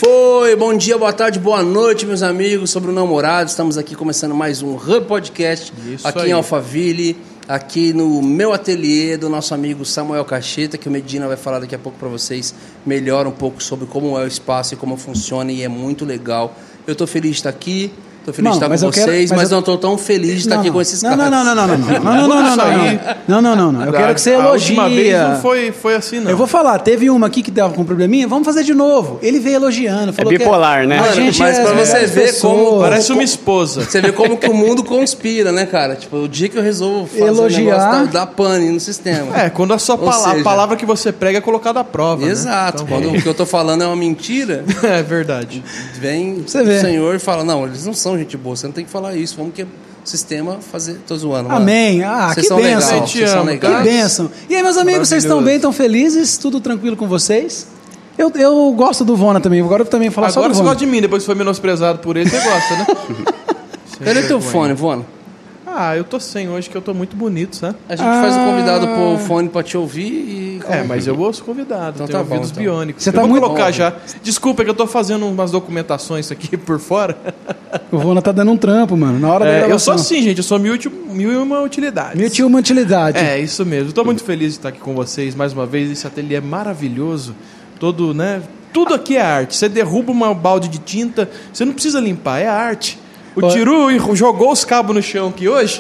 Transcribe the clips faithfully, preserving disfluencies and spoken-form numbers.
Foi, bom dia, boa tarde, boa noite, meus amigos, sobre o namorado. Estamos aqui começando mais um Hub Podcast, Isso aqui aí. Em Alphaville, aqui no meu ateliê do nosso amigo Samuel Cacheta, que o Medina vai falar daqui a pouco para vocês melhor um pouco sobre como é o espaço e como funciona, e é muito legal. Eu estou feliz de estar aqui. Tô feliz não, de estar com vocês, quero, mas, mas eu... não tô tão feliz de estar não, aqui com esses não, caras. Não, não, não, não, não, não, não, não, não, não, não, não, não. Eu quero que você elogie. A última vez não foi, foi assim, não. Eu vou falar, teve uma aqui que deu com um probleminha, vamos fazer de novo. Ele veio elogiando. Falou é bipolar, que né? Mano, mas é pra você ver pessoas. como... Parece uma esposa. Você vê como que o mundo conspira, né, cara? Tipo, o dia que eu resolvo fazer Elogiar. um negócio, dá, dá pane no sistema. É, quando a sua palavra, seja, a palavra que você prega é colocada à prova, Exato. Né? Então, quando é. o que eu tô falando é uma mentira... É verdade. Vem você o senhor e fala, não, eles não são gente boa, você não tem que falar isso, vamos que o sistema fazer... Tô zoando. Amém. Mano. Ah, vocês que são bênção. Legal, vocês são legais. Que bênção. E aí, meus amigos, vocês estão bem, estão felizes? Tudo tranquilo com vocês? Eu, eu gosto do Vona também, agora eu também vou falar agora só do Vona. Agora você gosta de mim, depois que foi menosprezado por ele, você gosta, né? Cadê teu fone, Vona? Ah, eu tô sem hoje, que eu tô muito bonito, sabe? A gente ah. faz o convidado pôr o fone pra te ouvir e... É, mas eu ouço convidado, então tenho tá ouvidos bom, então. biônicos. Você eu tá vou muito colocar bom. já. Desculpa, é que eu tô fazendo umas documentações aqui por fora. O Vona tá dando um trampo, mano, na hora da é, Eu sou assim, gente, eu sou mil, mil e uma utilidades. Mil e uma utilidade. É, isso mesmo. Eu tô muito feliz de estar aqui com vocês mais uma vez. Esse ateliê é maravilhoso. Todo, né? Tudo aqui é arte. Você derruba uma balde de tinta, você não precisa limpar, é arte. O Tiru jogou os cabos no chão aqui hoje.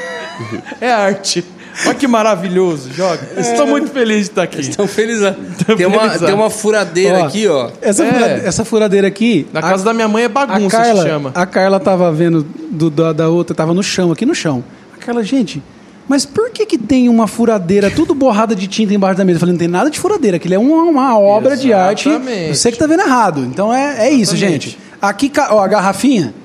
É arte. Olha que maravilhoso, joga. É. Estou muito feliz de estar aqui. Estão felizes. Tem uma, tem uma furadeira ó, aqui, ó. Essa, é. furadeira, essa furadeira aqui... Na casa a, da minha mãe é bagunça, a Carla, se chama. A Carla tava vendo do, da, da outra, tava no chão, aqui no chão. A Carla, gente, mas por que que tem uma furadeira tudo borrada de tinta embaixo da mesa? Eu falei, não tem nada de furadeira, aquilo é uma, uma obra Exatamente. de arte. Você que tá vendo errado. Então é, é isso, gente. Aqui, ó, a garrafinha...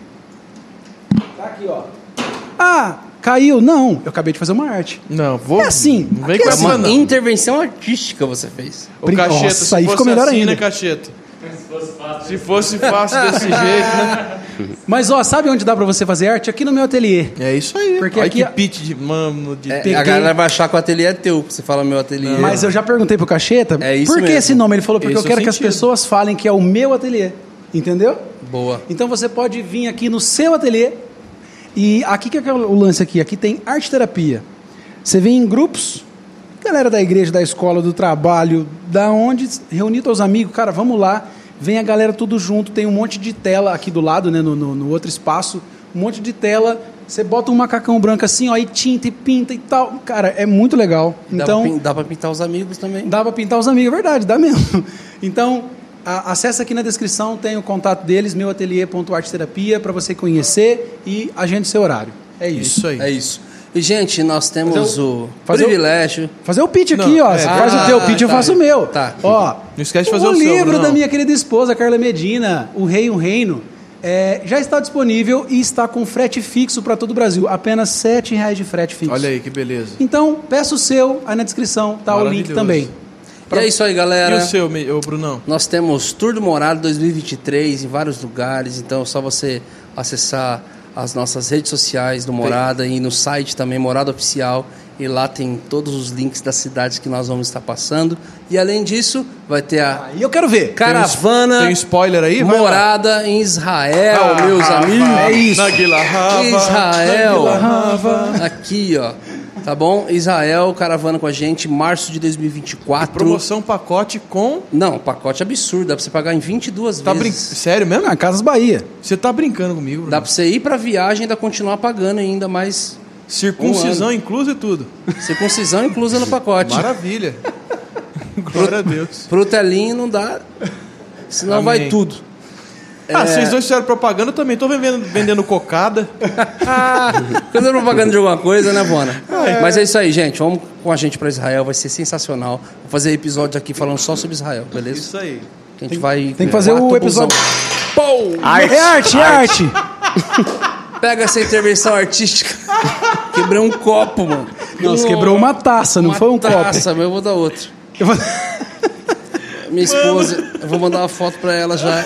Tá aqui, ó. Ah... Caiu? Não. Eu acabei de fazer uma arte. Não, vou... É assim. Não vem com é essa, uma não. intervenção artística você fez. O Cacheta, Nossa, se aí fosse ficou melhor assim, ainda. né, Cacheta? Se fosse fácil, se fosse fácil desse jeito, né? Mas, ó, sabe onde dá pra você fazer arte? Aqui no meu ateliê. É isso aí. Porque Olha aqui... que pitch de mano. De... É, a galera vai achar que o ateliê é teu, você fala meu ateliê. Não. Mas eu já perguntei pro Cacheta, é isso por que mesmo. esse nome? Ele falou, porque Esse eu quero é que as pessoas falem que é o meu ateliê. Entendeu? Boa. Então você pode vir aqui no seu ateliê. E aqui que é o lance aqui. Aqui tem arte terapia. Você vem em grupos, galera da igreja, da escola, do trabalho, da onde, reunir teus amigos, cara, vamos lá, vem a galera tudo junto, tem um monte de tela aqui do lado, né, no, no, no outro espaço, um monte de tela, você bota um macacão branco assim, ó, e tinta e pinta e tal, cara, é muito legal. Dá então pra, dá pra pintar os amigos também. Dá pra pintar os amigos, é verdade, dá mesmo. Então, a, acessa aqui na descrição, tem o contato deles, meu ateliê ponto arte terapia, para você conhecer e agende seu horário. É isso. Isso aí. É isso. E, gente, nós temos fazer o, o fazer privilégio... O, fazer o pitch aqui, não, ó. É, você ah, faz o teu pitch, tá, eu faço o meu. Tá. Ó, não esquece de fazer o, o seu, livro não. da minha querida esposa, Carla Medina, O Rei e um Reino, é, já está disponível e está com frete fixo para todo o Brasil. Apenas sete reais de frete fixo. Olha aí, que beleza. Então, peça o seu, aí na descrição tá o link também. Pra... E é isso aí, galera. E o seu, ô Brunão? Nós temos Tour do Morado dois mil e vinte e três em vários lugares, então é só você acessar as nossas redes sociais do Morada e no site também, Morada Oficial, e lá tem todos os links das cidades que nós vamos estar passando. E além disso, vai ter a ah, eu quero ver. caravana tem, tem spoiler aí? Morada em Israel, ah, meus Rafa, amigos. É isso. Israel. Aqui, ó. Tá bom? Israel, caravana com a gente, março de dois mil e vinte e quatro. E promoção pacote com... Não, pacote absurdo, dá pra você pagar em vinte e duas tá vezes. Brin... Sério mesmo? Na Casas Bahia. Você tá brincando comigo, Bruno? Dá pra você ir pra viagem e ainda continuar pagando ainda mais... Circuncisão um inclusa e tudo. Circuncisão inclusa no pacote. Maravilha. Glória a Deus. Pro telinho não dá, senão Amém. Vai tudo. Ah, é... vocês dois fizeram propaganda, eu também tô vendendo, vendendo cocada. Fazendo propaganda de alguma coisa, né, Bona? É. Mas é isso aí, gente. Vamos com a gente pra Israel, vai ser sensacional. Vou fazer episódio aqui falando só sobre Israel, beleza? Isso aí. A gente tem, vai... Tem que fazer o episódio... Pô! Arte. É arte, é arte! Pega essa intervenção artística. Quebrei um copo, mano. Não, você quebrou uma taça, não uma foi um taça, copo. Taça, mas eu vou dar outra. Eu vou... Minha esposa, mano. Eu vou mandar uma foto pra ela já.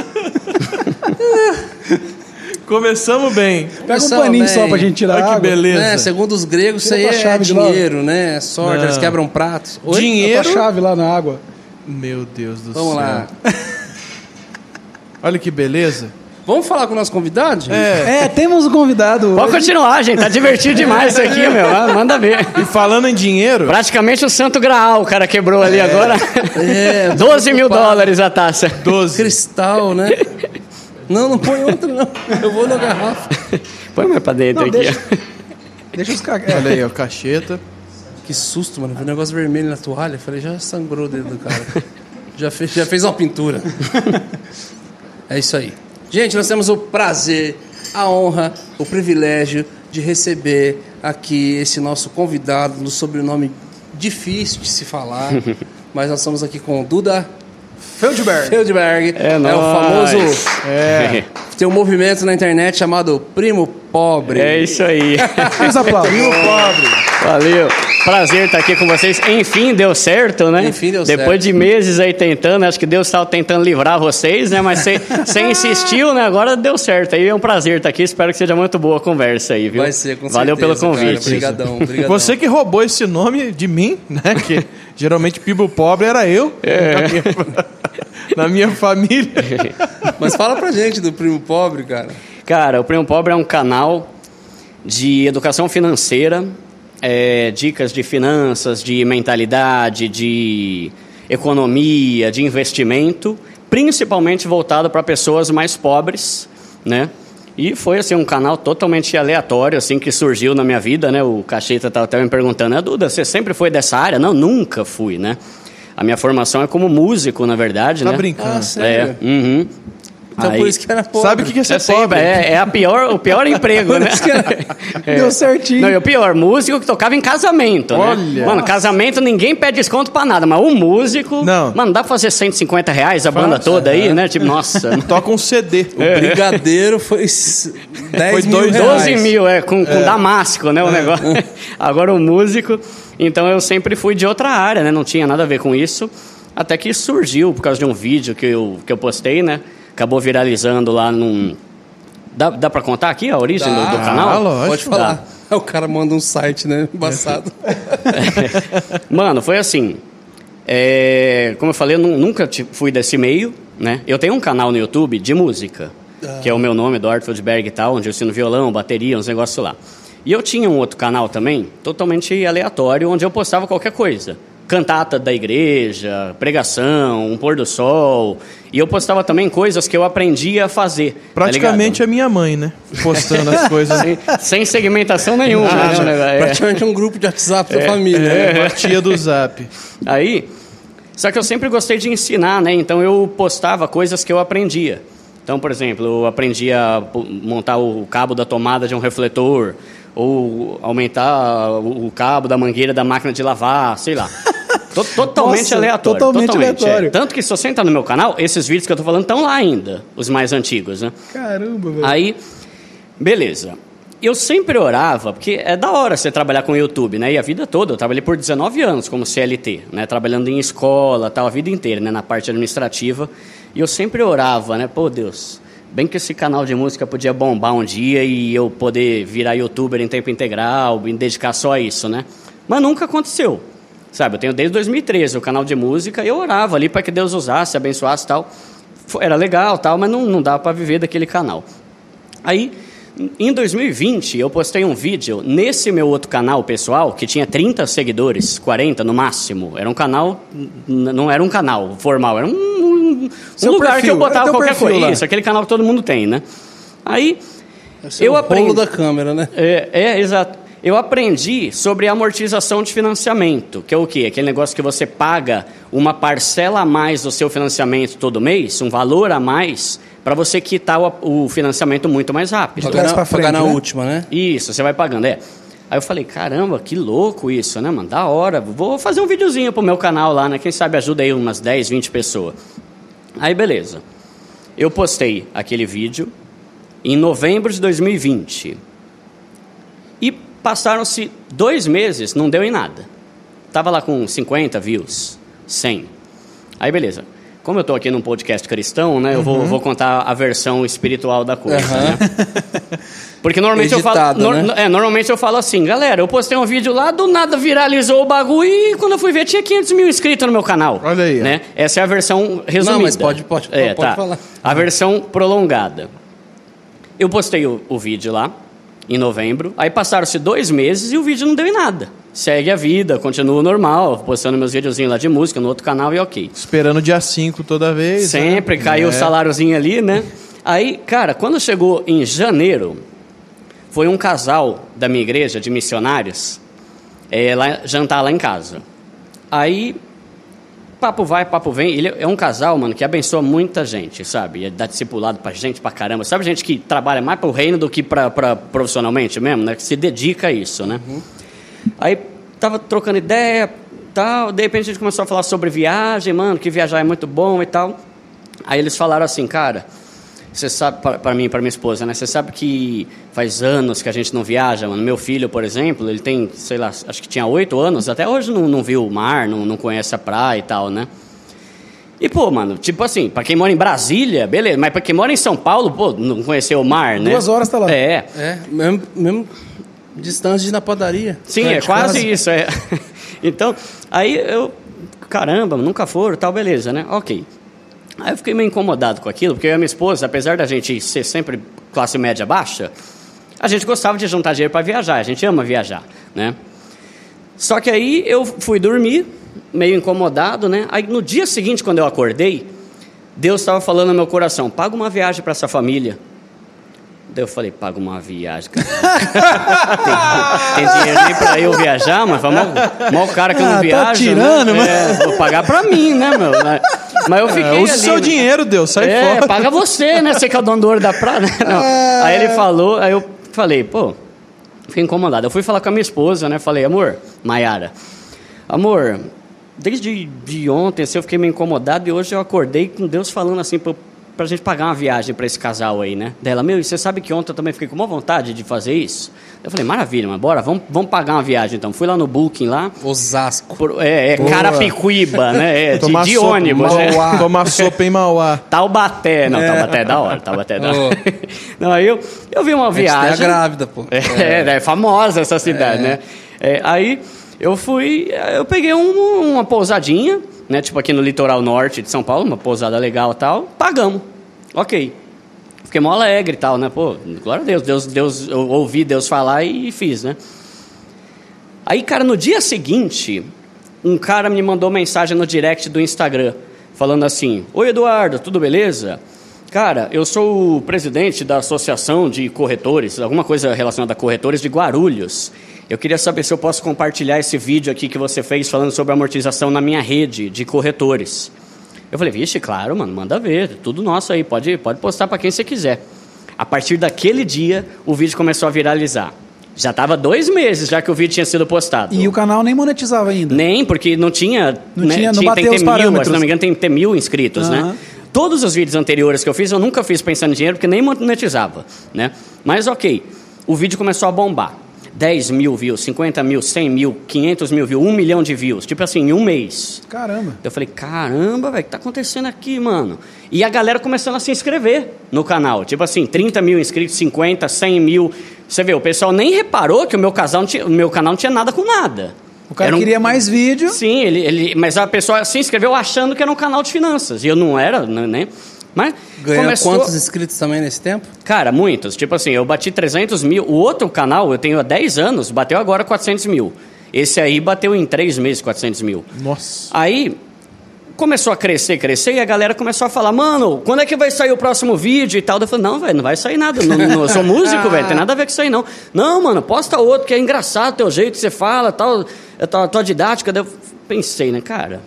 Começamos bem. Pega Começamos um paninho bem. só pra gente tirar Olha a água. Que beleza. É, segundo os gregos, isso aí é dinheiro, né? É sorte, não. Eles quebram pratos. Oi? Dinheiro? A chave lá na água. Meu Deus do Vamos céu. Vamos lá. Olha que beleza. Vamos falar com o nosso convidado, gente? É, é temos um convidado. Pode continuar, gente. Tá divertido demais isso aqui, meu. Manda ver. E falando em dinheiro... Praticamente o Santo Graal o cara quebrou ali é. agora. É, doze mil dólares a taça. doze. Cristal, né? Não, não põe outro, não. Eu vou na garrafa. Põe mais pra dentro Não, aqui. deixa, deixa os caras... Olha aí, ó, cacheta. Que susto, mano. Vi um negócio vermelho na toalha. Falei, já sangrou o dedo do cara. já, fez, já fez uma pintura. É isso aí. Gente, nós temos o prazer, a honra, o privilégio de receber aqui esse nosso convidado no sobrenome difícil de se falar, mas nós estamos aqui com o Duda Feldberg. Feldberg. É, é nóis. o famoso... É. Tem um movimento na internet chamado Primo Pobre. É isso aí. Os aplausos. Primo pobre. Valeu. Prazer estar aqui com vocês. Enfim, deu certo, né? Enfim, deu Depois certo. de meses aí tentando, acho que Deus estava tentando livrar vocês, né? Mas você insistiu, né? Agora deu certo. Aí é um prazer estar aqui. Espero que seja muito boa a conversa aí, viu? Vai ser, com Valeu certeza, pelo convite. Cara. Obrigadão, obrigadão. Você que roubou esse nome de mim, né? Que geralmente Primo pobre era eu. É. Na minha, na minha família. Mas fala pra gente do Primo Pobre, cara. Cara, o Primo Pobre é um canal de educação financeira, é, dicas de finanças, de mentalidade, de economia, de investimento, principalmente voltado para pessoas mais pobres, né? E foi assim um canal totalmente aleatório, assim, que surgiu na minha vida, né? O Cacheta estava até me perguntando, ah, Duda, você sempre foi dessa área? Não, nunca fui, né? A minha formação é como músico, na verdade, Tá né? brincando. Ah, sério? É, uhum. Então Aí- por isso que era pobre. Sabe o que que é ser É, sempre, pobre? é, é a pior, o pior emprego, né? É. Deu certinho. Não, e o pior, músico que tocava em casamento, né? Olha. Mano, casamento ninguém pede desconto pra nada, mas o músico... Não. Mano, dá pra fazer cento e cinquenta reais a banda Faz, toda aí, né? Tipo, nossa... Toca um C D. O brigadeiro foi s- dez Foi mil dois- reais. doze mil, é, com, com damasco, né, o negócio. Agora o músico... Então eu sempre fui de outra área, né? Não tinha nada a ver com isso. Até que surgiu, por causa de um vídeo que eu, que eu postei, né? Acabou viralizando lá num... Dá, dá pra contar aqui a origem Dá. do, do canal? Ah, lógico. Pode falar. O cara manda um site, né? Embaçado. Mano, foi assim. é, como eu falei, eu nu- nunca ti- fui desse meio, né? Eu tenho um canal no YouTube de música, que é o meu nome, Eduardo Feldberg e tal, onde eu ensino violão, bateria, uns negócios lá. E eu tinha um outro canal também, totalmente aleatório, onde eu postava qualquer coisa. Cantata da igreja, pregação, um pôr do sol. E eu postava também coisas que eu aprendi a fazer. tá Praticamente a minha mãe, né? Postando as coisas. ligado? sem, sem segmentação nenhuma. Ah, né, já. o negócio, é. Praticamente um grupo de WhatsApp da família. né? É, a tia do Zap. Aí, só que eu sempre gostei de ensinar, né? Então eu postava coisas que eu aprendia. Então, por exemplo, eu aprendi a pu- montar o cabo da tomada de um refletor, ou aumentar o o cabo da mangueira da máquina de lavar, sei lá. To- Totalmente Nossa, aleatório. totalmente aleatório. é. Tanto que se você entrar no meu canal, esses vídeos que eu tô falando estão lá ainda, os mais antigos, né? Caramba, velho. Aí, beleza. Eu sempre orava, porque é da hora você trabalhar com YouTube, né? E a vida toda, eu trabalhei por dezenove anos como C L T, né? Trabalhando em escola, tal, a vida inteira, né? Na parte administrativa. E eu sempre orava, né? Pô, Deus, bem que esse canal de música podia bombar um dia e eu poder virar youtuber em tempo integral, me dedicar só a isso, né? Mas nunca aconteceu. Sabe, eu tenho desde dois mil e treze o canal de música e eu orava ali para que Deus usasse, abençoasse e tal. Foi- Era legal tal, mas não, não dava para viver daquele canal. Aí, em dois mil e vinte, eu postei um vídeo nesse meu outro canal pessoal, que tinha trinta seguidores, quarenta no máximo. Era um canal, n- não era um canal formal, era um, um, um Seu lugar perfil, que eu era botava teu qualquer perfil coisa. lá. Isso, aquele canal que todo mundo tem, né? Aí, Esse é eu o aprendi... rolo da câmera, né? É, é, exato. Eu aprendi sobre amortização de financiamento, que é o quê? Aquele negócio que você paga uma parcela a mais do seu financiamento todo mês, um valor a mais, para você quitar o, o financiamento muito mais rápido. trás Pagar na, pra frente, pagar na né? última, né? Isso, você vai pagando, é. Aí eu falei, caramba, que louco isso, né, mano? Da hora, vou fazer um videozinho pro meu canal lá, né? Quem sabe ajuda aí umas dez, vinte pessoas. Aí, beleza. Eu postei aquele vídeo em novembro de dois mil e vinte. E passaram-se dois meses, não deu em nada. Tava lá com cinquenta views, cem. Aí, beleza. Como eu tô aqui num podcast cristão, né? Eu vou, Uhum. vou contar a versão espiritual da coisa, Uhum. né? Porque normalmente Editado, eu falo... né? É, normalmente eu falo assim, galera, eu postei um vídeo lá, do nada viralizou o bagulho e quando eu fui ver tinha quinhentos mil inscritos no meu canal. Olha aí, ó. Né? Essa é a versão resumida. Não, mas pode- pode- é, pode tá. falar. A versão prolongada. Eu postei o, o vídeo lá, em novembro, aí passaram-se dois meses e o vídeo não deu em nada. Segue a vida, continua normal, postando meus videozinhos lá de música no outro canal e ok. Esperando dia cinco toda vez. Sempre né? caiu É. o saláriozinho ali, né? Aí, cara, quando chegou em janeiro, foi um casal da minha igreja, de missionários, é, lá, jantar lá em casa. Aí, papo vai, papo vem. Ele é um casal, mano, que abençoa muita gente, sabe? Dá discipulado pra gente pra caramba. Sabe gente que trabalha mais pro reino do que pra, pra profissionalmente mesmo, né? Que se dedica a isso, né? Uhum. Aí, tava trocando ideia, tal. De repente, a gente começou a falar sobre viagem, mano, que viajar é muito bom e tal. Aí eles falaram assim, cara... Você sabe, para mim e para minha esposa, né? Você sabe que faz anos que a gente não viaja, mano. Meu filho, por exemplo, ele tem, sei lá, acho que tinha oito anos, até hoje não, não viu o mar, não, não conhece a praia e tal, né? E, pô, mano, tipo assim, pra quem mora em Brasília, beleza, mas pra quem mora em São Paulo, pô, não conheceu o mar, né? Duas horas tá lá. É. É, mesmo, mesmo distância de ir na padaria. Sim, perto é de quase casa. isso, é. Então, aí eu, caramba, nunca foram, tal, beleza, né? Ok. Aí eu fiquei meio incomodado com aquilo, porque eu e a minha esposa, apesar da gente ser sempre classe média baixa, a gente gostava de juntar dinheiro para viajar, a gente ama viajar, né? Só que aí eu fui dormir, meio incomodado, né? Aí no dia seguinte, quando eu acordei, Deus estava falando no meu coração, paga uma viagem para essa família. Daí eu falei, paga uma viagem, cara. tem, tem dinheiro nem pra eu viajar, mas vamos, mal o cara que Ah, não tá viaja, tirando, né? É, vou pagar pra mim, né, meu? Mas eu fiquei É, usa o ali, seu né? dinheiro, Deus, sai É, fora. paga você, né? Você que é o dono do ouro da prata. Não. Aí ele falou, aí eu falei, pô, fiquei incomodado. Eu fui falar com a minha esposa, né? Falei, amor, Maiara, amor, desde de ontem assim, eu fiquei meio incomodado e hoje eu acordei com Deus falando assim pra, pra gente pagar uma viagem pra esse casal aí, né? Dela, meu, e você sabe que ontem eu também fiquei com uma vontade de fazer isso? Eu falei, maravilha, mas bora, vamos, vamos pagar uma viagem então. Fui lá no Booking lá. Osasco. Por, é, é Carapicuíba, né? É, de, Tomar de sopa, ônibus. né? Mauá. Tomar sopa em Mauá. Taubaté. Não, Taubaté é da hora. Taubaté é da hora. Oh. Não, aí eu, eu vi uma A gente tem a viagem... grávida, pô. É, é, é famosa essa cidade, É. né? É, aí eu fui... Eu peguei um, uma pousadinha, né? Tipo aqui no litoral norte de São Paulo, uma pousada legal e tal. Pagamos. Ok. Fiquei mó alegre e tal, né? Pô, glória a Deus. Deus, Deus eu ouvi Deus falar e fiz, né? Aí, cara, no dia seguinte, um cara me mandou mensagem no direct do Instagram, falando assim, oi, Eduardo, tudo beleza? Cara, eu sou o presidente da Associação de Corretores, alguma coisa relacionada a corretores de Guarulhos. Eu queria saber se eu posso compartilhar esse vídeo aqui que você fez falando sobre amortização na minha rede de corretores. Eu falei, vixe, claro, mano, manda ver, tudo nosso aí, pode, pode postar para quem você quiser. A partir daquele dia, o vídeo começou a viralizar. Já estava dois meses já que o vídeo tinha sido postado. E o canal nem monetizava ainda. Nem, porque não tinha... Não né, tinha- não tem bateu que ter os mil, parâmetros. se não me engano, tem que ter mil inscritos, Aham. né? Todos os vídeos anteriores que eu fiz, eu nunca fiz pensando em dinheiro, porque nem monetizava, né? Mas, ok, o vídeo começou a bombar. dez mil views, cinquenta mil, cem mil, quinhentos mil views, um milhão de views. Tipo assim, em um mês. Caramba. Eu falei, caramba, velho, o que tá acontecendo aqui, mano? E a galera começando a se inscrever no canal. Tipo assim, trinta mil inscritos, cinquenta, cem mil. Você vê, o pessoal nem reparou que o meu, casal não tinha, o meu canal não tinha nada com nada. O cara Era um- queria mais vídeo. Sim, ele, ele, mas a pessoa se inscreveu achando que era um canal de finanças. E eu não era, né? Mas Ganhou começou... quantos inscritos também nesse tempo? Cara, muitos. Tipo assim, eu bati trezentos mil. O outro canal, eu tenho há dez anos, bateu agora quatrocentos mil. Esse aí bateu em três meses quatrocentos mil. Nossa. Aí começou a crescer, crescer, e a galera começou a falar, mano, quando é que vai sair o próximo vídeo e tal? Eu falei, não, velho, não vai sair nada. Não, não, eu sou músico, velho, tem nada a ver com isso aí, não. Não, mano, posta outro, que é engraçado o teu jeito que você fala, tal, a tua, a tua didática. Daí eu pensei, né, cara,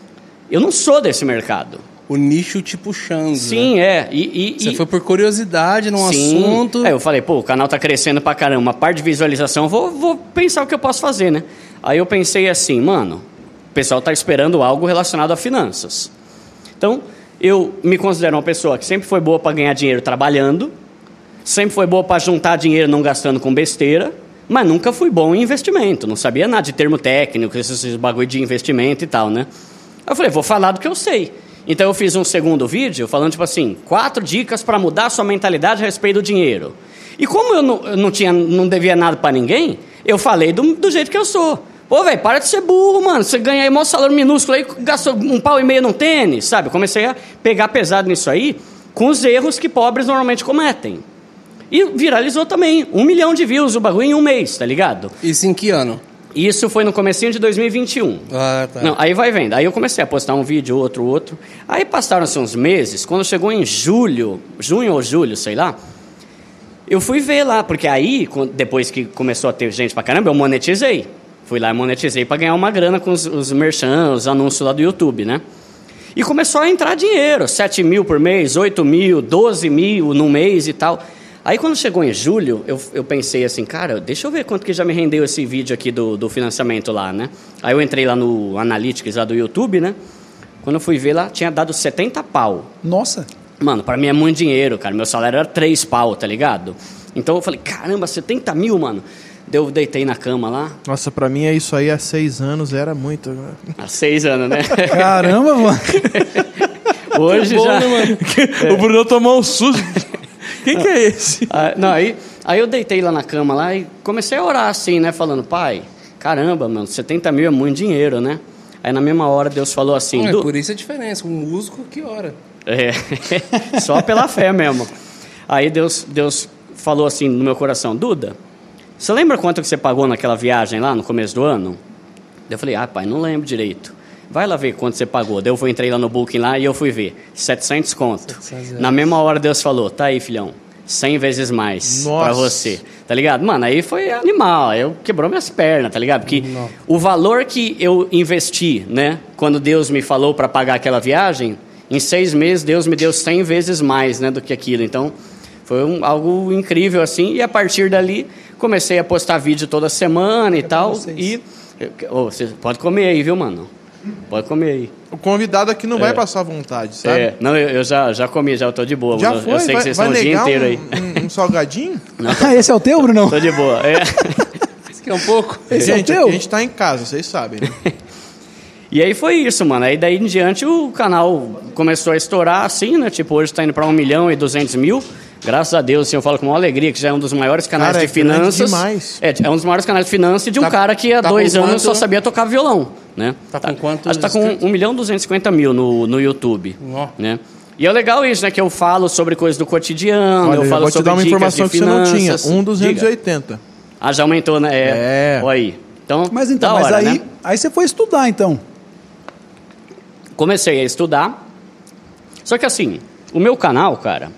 eu não sou desse mercado. O nicho te puxando. Sim, né? é. E, e, Você e... foi por curiosidade num Sim. assunto. É, eu falei, pô, o canal tá crescendo pra caramba, uma parte de visualização, vou, vou pensar o que eu posso fazer, né? Aí eu pensei assim, mano, o pessoal tá esperando algo relacionado a finanças. Então, eu me considero uma pessoa que sempre foi boa para ganhar dinheiro trabalhando, sempre foi boa para juntar dinheiro não gastando com besteira, mas nunca fui bom em investimento, não sabia nada de termo técnico, esses, esses bagulho de investimento e tal, né? Aí eu falei, vou falar do que eu sei. Então eu fiz um segundo vídeo falando, tipo assim, quatro dicas para mudar sua mentalidade a respeito do dinheiro. E como eu não, eu não, tinha, não devia nada para ninguém, eu falei do, do jeito que eu sou. Pô, velho, para de ser burro, mano. Você ganha aí maior salário minúsculo aí, gastou um pau e meio num tênis, sabe? Comecei a pegar pesado nisso aí, com os erros que pobres normalmente cometem. E viralizou também. Um milhão de views o bagulho em um mês, tá ligado? Isso em que ano? Isso foi no comecinho de dois mil e vinte e um. Ah, tá. Não, aí vai vendo. Aí eu comecei a postar um vídeo, outro, outro. Aí passaram-se uns meses, quando chegou em julho, junho ou julho, sei lá, eu fui ver lá, porque aí, depois que começou a ter gente pra caramba, eu monetizei. Fui lá e monetizei pra ganhar uma grana com os, os merchan, os anúncios lá do YouTube, né? E começou a entrar dinheiro, sete mil por mês, oito mil, doze mil no mês e tal. Aí quando chegou em julho, eu, eu pensei assim, cara, deixa eu ver quanto que já me rendeu esse vídeo aqui do, do financiamento lá, né? Aí eu entrei lá no Analytics lá do YouTube, né? Quando eu fui ver lá, tinha dado setenta pau. Nossa! Mano, pra mim é muito dinheiro, cara. Meu salário era três pau, tá ligado? Então eu falei, caramba, setenta mil, mano. Eu deitei na cama lá. Nossa, pra mim é isso aí há seis anos, era muito. Há seis anos, né? Caramba, mano! Hoje bom, já... Né, mano? É. O Bruno tomou um susto. Quem que é esse? Ah, não, aí, aí eu deitei lá na cama lá e comecei a orar assim, né? Falando, pai, caramba, mano, setenta mil é muito dinheiro, né? Aí na mesma hora Deus falou assim... Não, é do... por isso a diferença, um músico que ora. É, só pela fé mesmo. Aí Deus, Deus falou assim no meu coração, Duda, você lembra quanto que você pagou naquela viagem lá no começo do ano? Eu falei, ah, pai, não lembro direito. Vai lá ver quanto você pagou. Daí eu fui, entrei lá no Booking lá e eu fui ver. setecentos conto. setecentos Na mesma hora Deus falou, tá aí, filhão. cem vezes mais Nossa. Pra você. Tá ligado? Mano, aí foi animal. Eu quebrou minhas pernas, tá ligado? Porque Não. o valor que eu investi, né? Quando Deus me falou pra pagar aquela viagem, em seis meses Deus me deu cem vezes mais, né? Do que aquilo. Então, foi um, algo incrível, assim. E a partir dali, comecei a postar vídeo toda semana e É tal. pra vocês. E... Oh, você pode comer aí, viu, mano? Pode comer aí. O convidado aqui não É. vai passar vontade, sabe? É, não, eu, eu já, já comi, já eu tô de boa. Já mano. foi? Eu sei vai que vocês vai estão o dia negar inteiro um, aí. Um, um salgadinho? Não, tô, Ah, esse é o teu, Brunão? tô de boa. É. Isso aqui é um pouco. Esse é o Gente, teu? aqui a gente tá em casa, vocês sabem, né? E aí foi isso, mano. Aí daí em diante o canal começou a estourar assim, né? Tipo, hoje tá indo pra um milhão e duzentos mil. Graças a Deus, assim, eu falo com maior alegria, que já é um dos maiores canais Cara, de é grande finanças. demais. É, é um dos maiores canais de finanças de um Tá- cara que há tá dois com anos quanto? só sabia tocar violão, né? Tá com quantos Acho que tá com inscritos? um milhão e duzentos e cinquenta mil no, no YouTube, Ó. né? E é legal isso, né? Que eu falo sobre coisas do cotidiano, Olha, eu eu falo vou te sobre dar uma dicas informação de que você não tinha. finanças. Um duzentos e Diga. oitenta. Ah, já aumentou, né? É. É. Olha aí. Então, Mas então, da mas hora, aí, né? aí você foi estudar, então. Comecei a estudar. Só que assim, o meu canal, cara,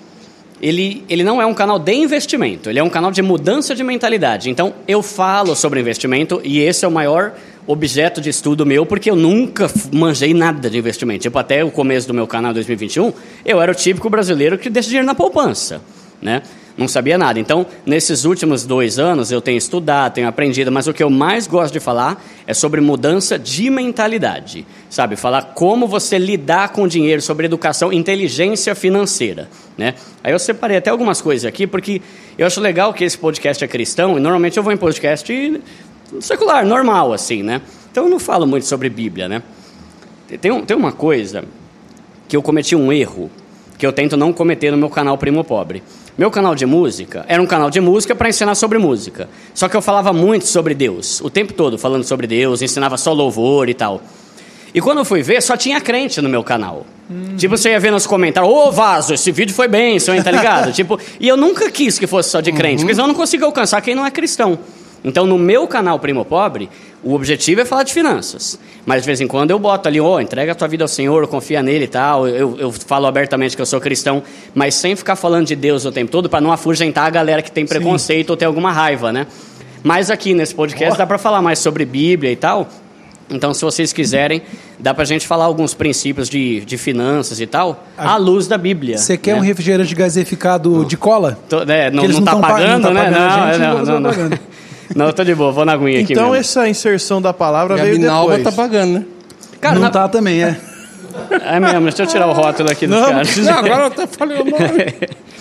ele, ele não é um canal de investimento, ele é um canal de mudança de mentalidade. Então, eu falo sobre investimento e esse é o maior objeto de estudo meu, porque eu nunca f- manjei nada de investimento. Tipo, até o começo do meu canal, dois mil e vinte e um, eu era o típico brasileiro que deixa dinheiro na poupança, né? Não sabia nada. Então, nesses últimos dois anos, eu tenho estudado, tenho aprendido, mas o que eu mais gosto de falar é sobre mudança de mentalidade, sabe? Falar como você lidar com o dinheiro, sobre educação, inteligência financeira, né? Aí eu separei até algumas coisas aqui, porque eu acho legal que esse podcast é cristão, e normalmente eu vou em podcast secular, normal, assim, né? Então, eu não falo muito sobre Bíblia, né? Tem, um, tem uma coisa que eu cometi um erro, que eu tento não cometer no meu canal Primo Pobre. Meu canal de música era um canal de música para ensinar sobre música. Só que eu falava muito sobre Deus, o tempo todo falando sobre Deus, ensinava só louvor e tal. E quando eu fui ver, só tinha crente no meu canal. Uhum. Tipo, você ia ver nos comentários, ô Vaso, esse vídeo foi bênção, hein, tá ligado? Tipo, e eu nunca quis que fosse só de crente, uhum. porque senão eu não consigo alcançar quem não é cristão. Então, no meu canal Primo Pobre, o objetivo é falar de finanças. Mas, de vez em quando, eu boto ali, ô, oh, entrega a tua vida ao Senhor, confia nele e tal. Eu, eu falo abertamente que eu sou cristão, mas sem ficar falando de Deus o tempo todo, para não afugentar a galera que tem preconceito Sim. ou tem alguma raiva, né? Mas aqui, nesse podcast, oh. dá para falar mais sobre Bíblia e tal. Então, se vocês quiserem, dá pra gente falar alguns princípios de, de finanças e tal, à luz da Bíblia. Você quer né? um refrigerante gaseificado não. de cola? Tô, é, não, não, não tá pagando, não tá né? Pagando, não, gente, não, não, não, não. Não, tô de boa, vou na aguinha aqui Então, mesmo. essa inserção da palavra e veio a Binalba depois. tá pagando, né? Cara, não na... tá também, é. É mesmo, deixa eu tirar o rótulo aqui dos não, caras. Não, agora eu tô falando o nome.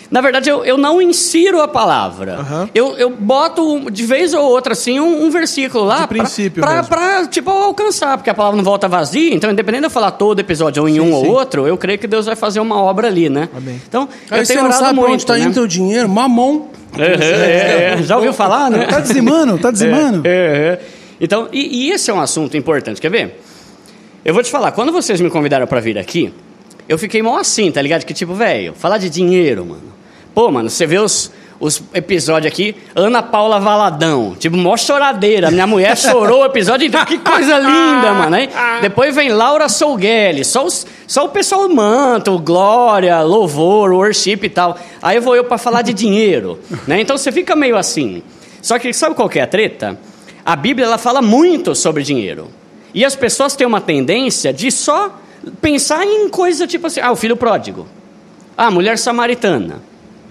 Na verdade, eu, eu não insiro a palavra. Uhum. Eu, eu boto de vez ou outra, assim, um, um versículo lá. De princípio pra, mesmo. pra, pra, tipo, alcançar, porque a palavra não volta vazia. Então, independente de eu falar todo episódio ou em sim, um sim. ou outro, eu creio que Deus vai fazer uma obra ali, né? Amém. Então, aí eu você tenho não orado sabe muito, onde está né? indo teu dinheiro, mamão. É, é, é. Já ouviu falar, né? Tá dizimando, tá dizimando. É, é, é. Então, e, e esse é um assunto importante, quer ver? Eu vou te falar, quando vocês me convidaram pra vir aqui, eu fiquei mal assim, tá ligado? Que tipo, velho, falar de dinheiro, mano. Pô, mano, você vê os, os episódios aqui, Ana Paula Valadão, tipo, mó choradeira. Minha mulher chorou o episódio inteiro, que coisa linda, mano. Aí, depois vem Laura Sougueli, só, os, só o pessoal manto, glória, louvor, worship e tal. Aí vou eu pra falar de dinheiro, né? Então você fica meio assim. Só que sabe qual que é a treta? A Bíblia, ela fala muito sobre dinheiro. E as pessoas têm uma tendência de só pensar em coisa tipo assim, ah, o filho pródigo, ah, a mulher samaritana.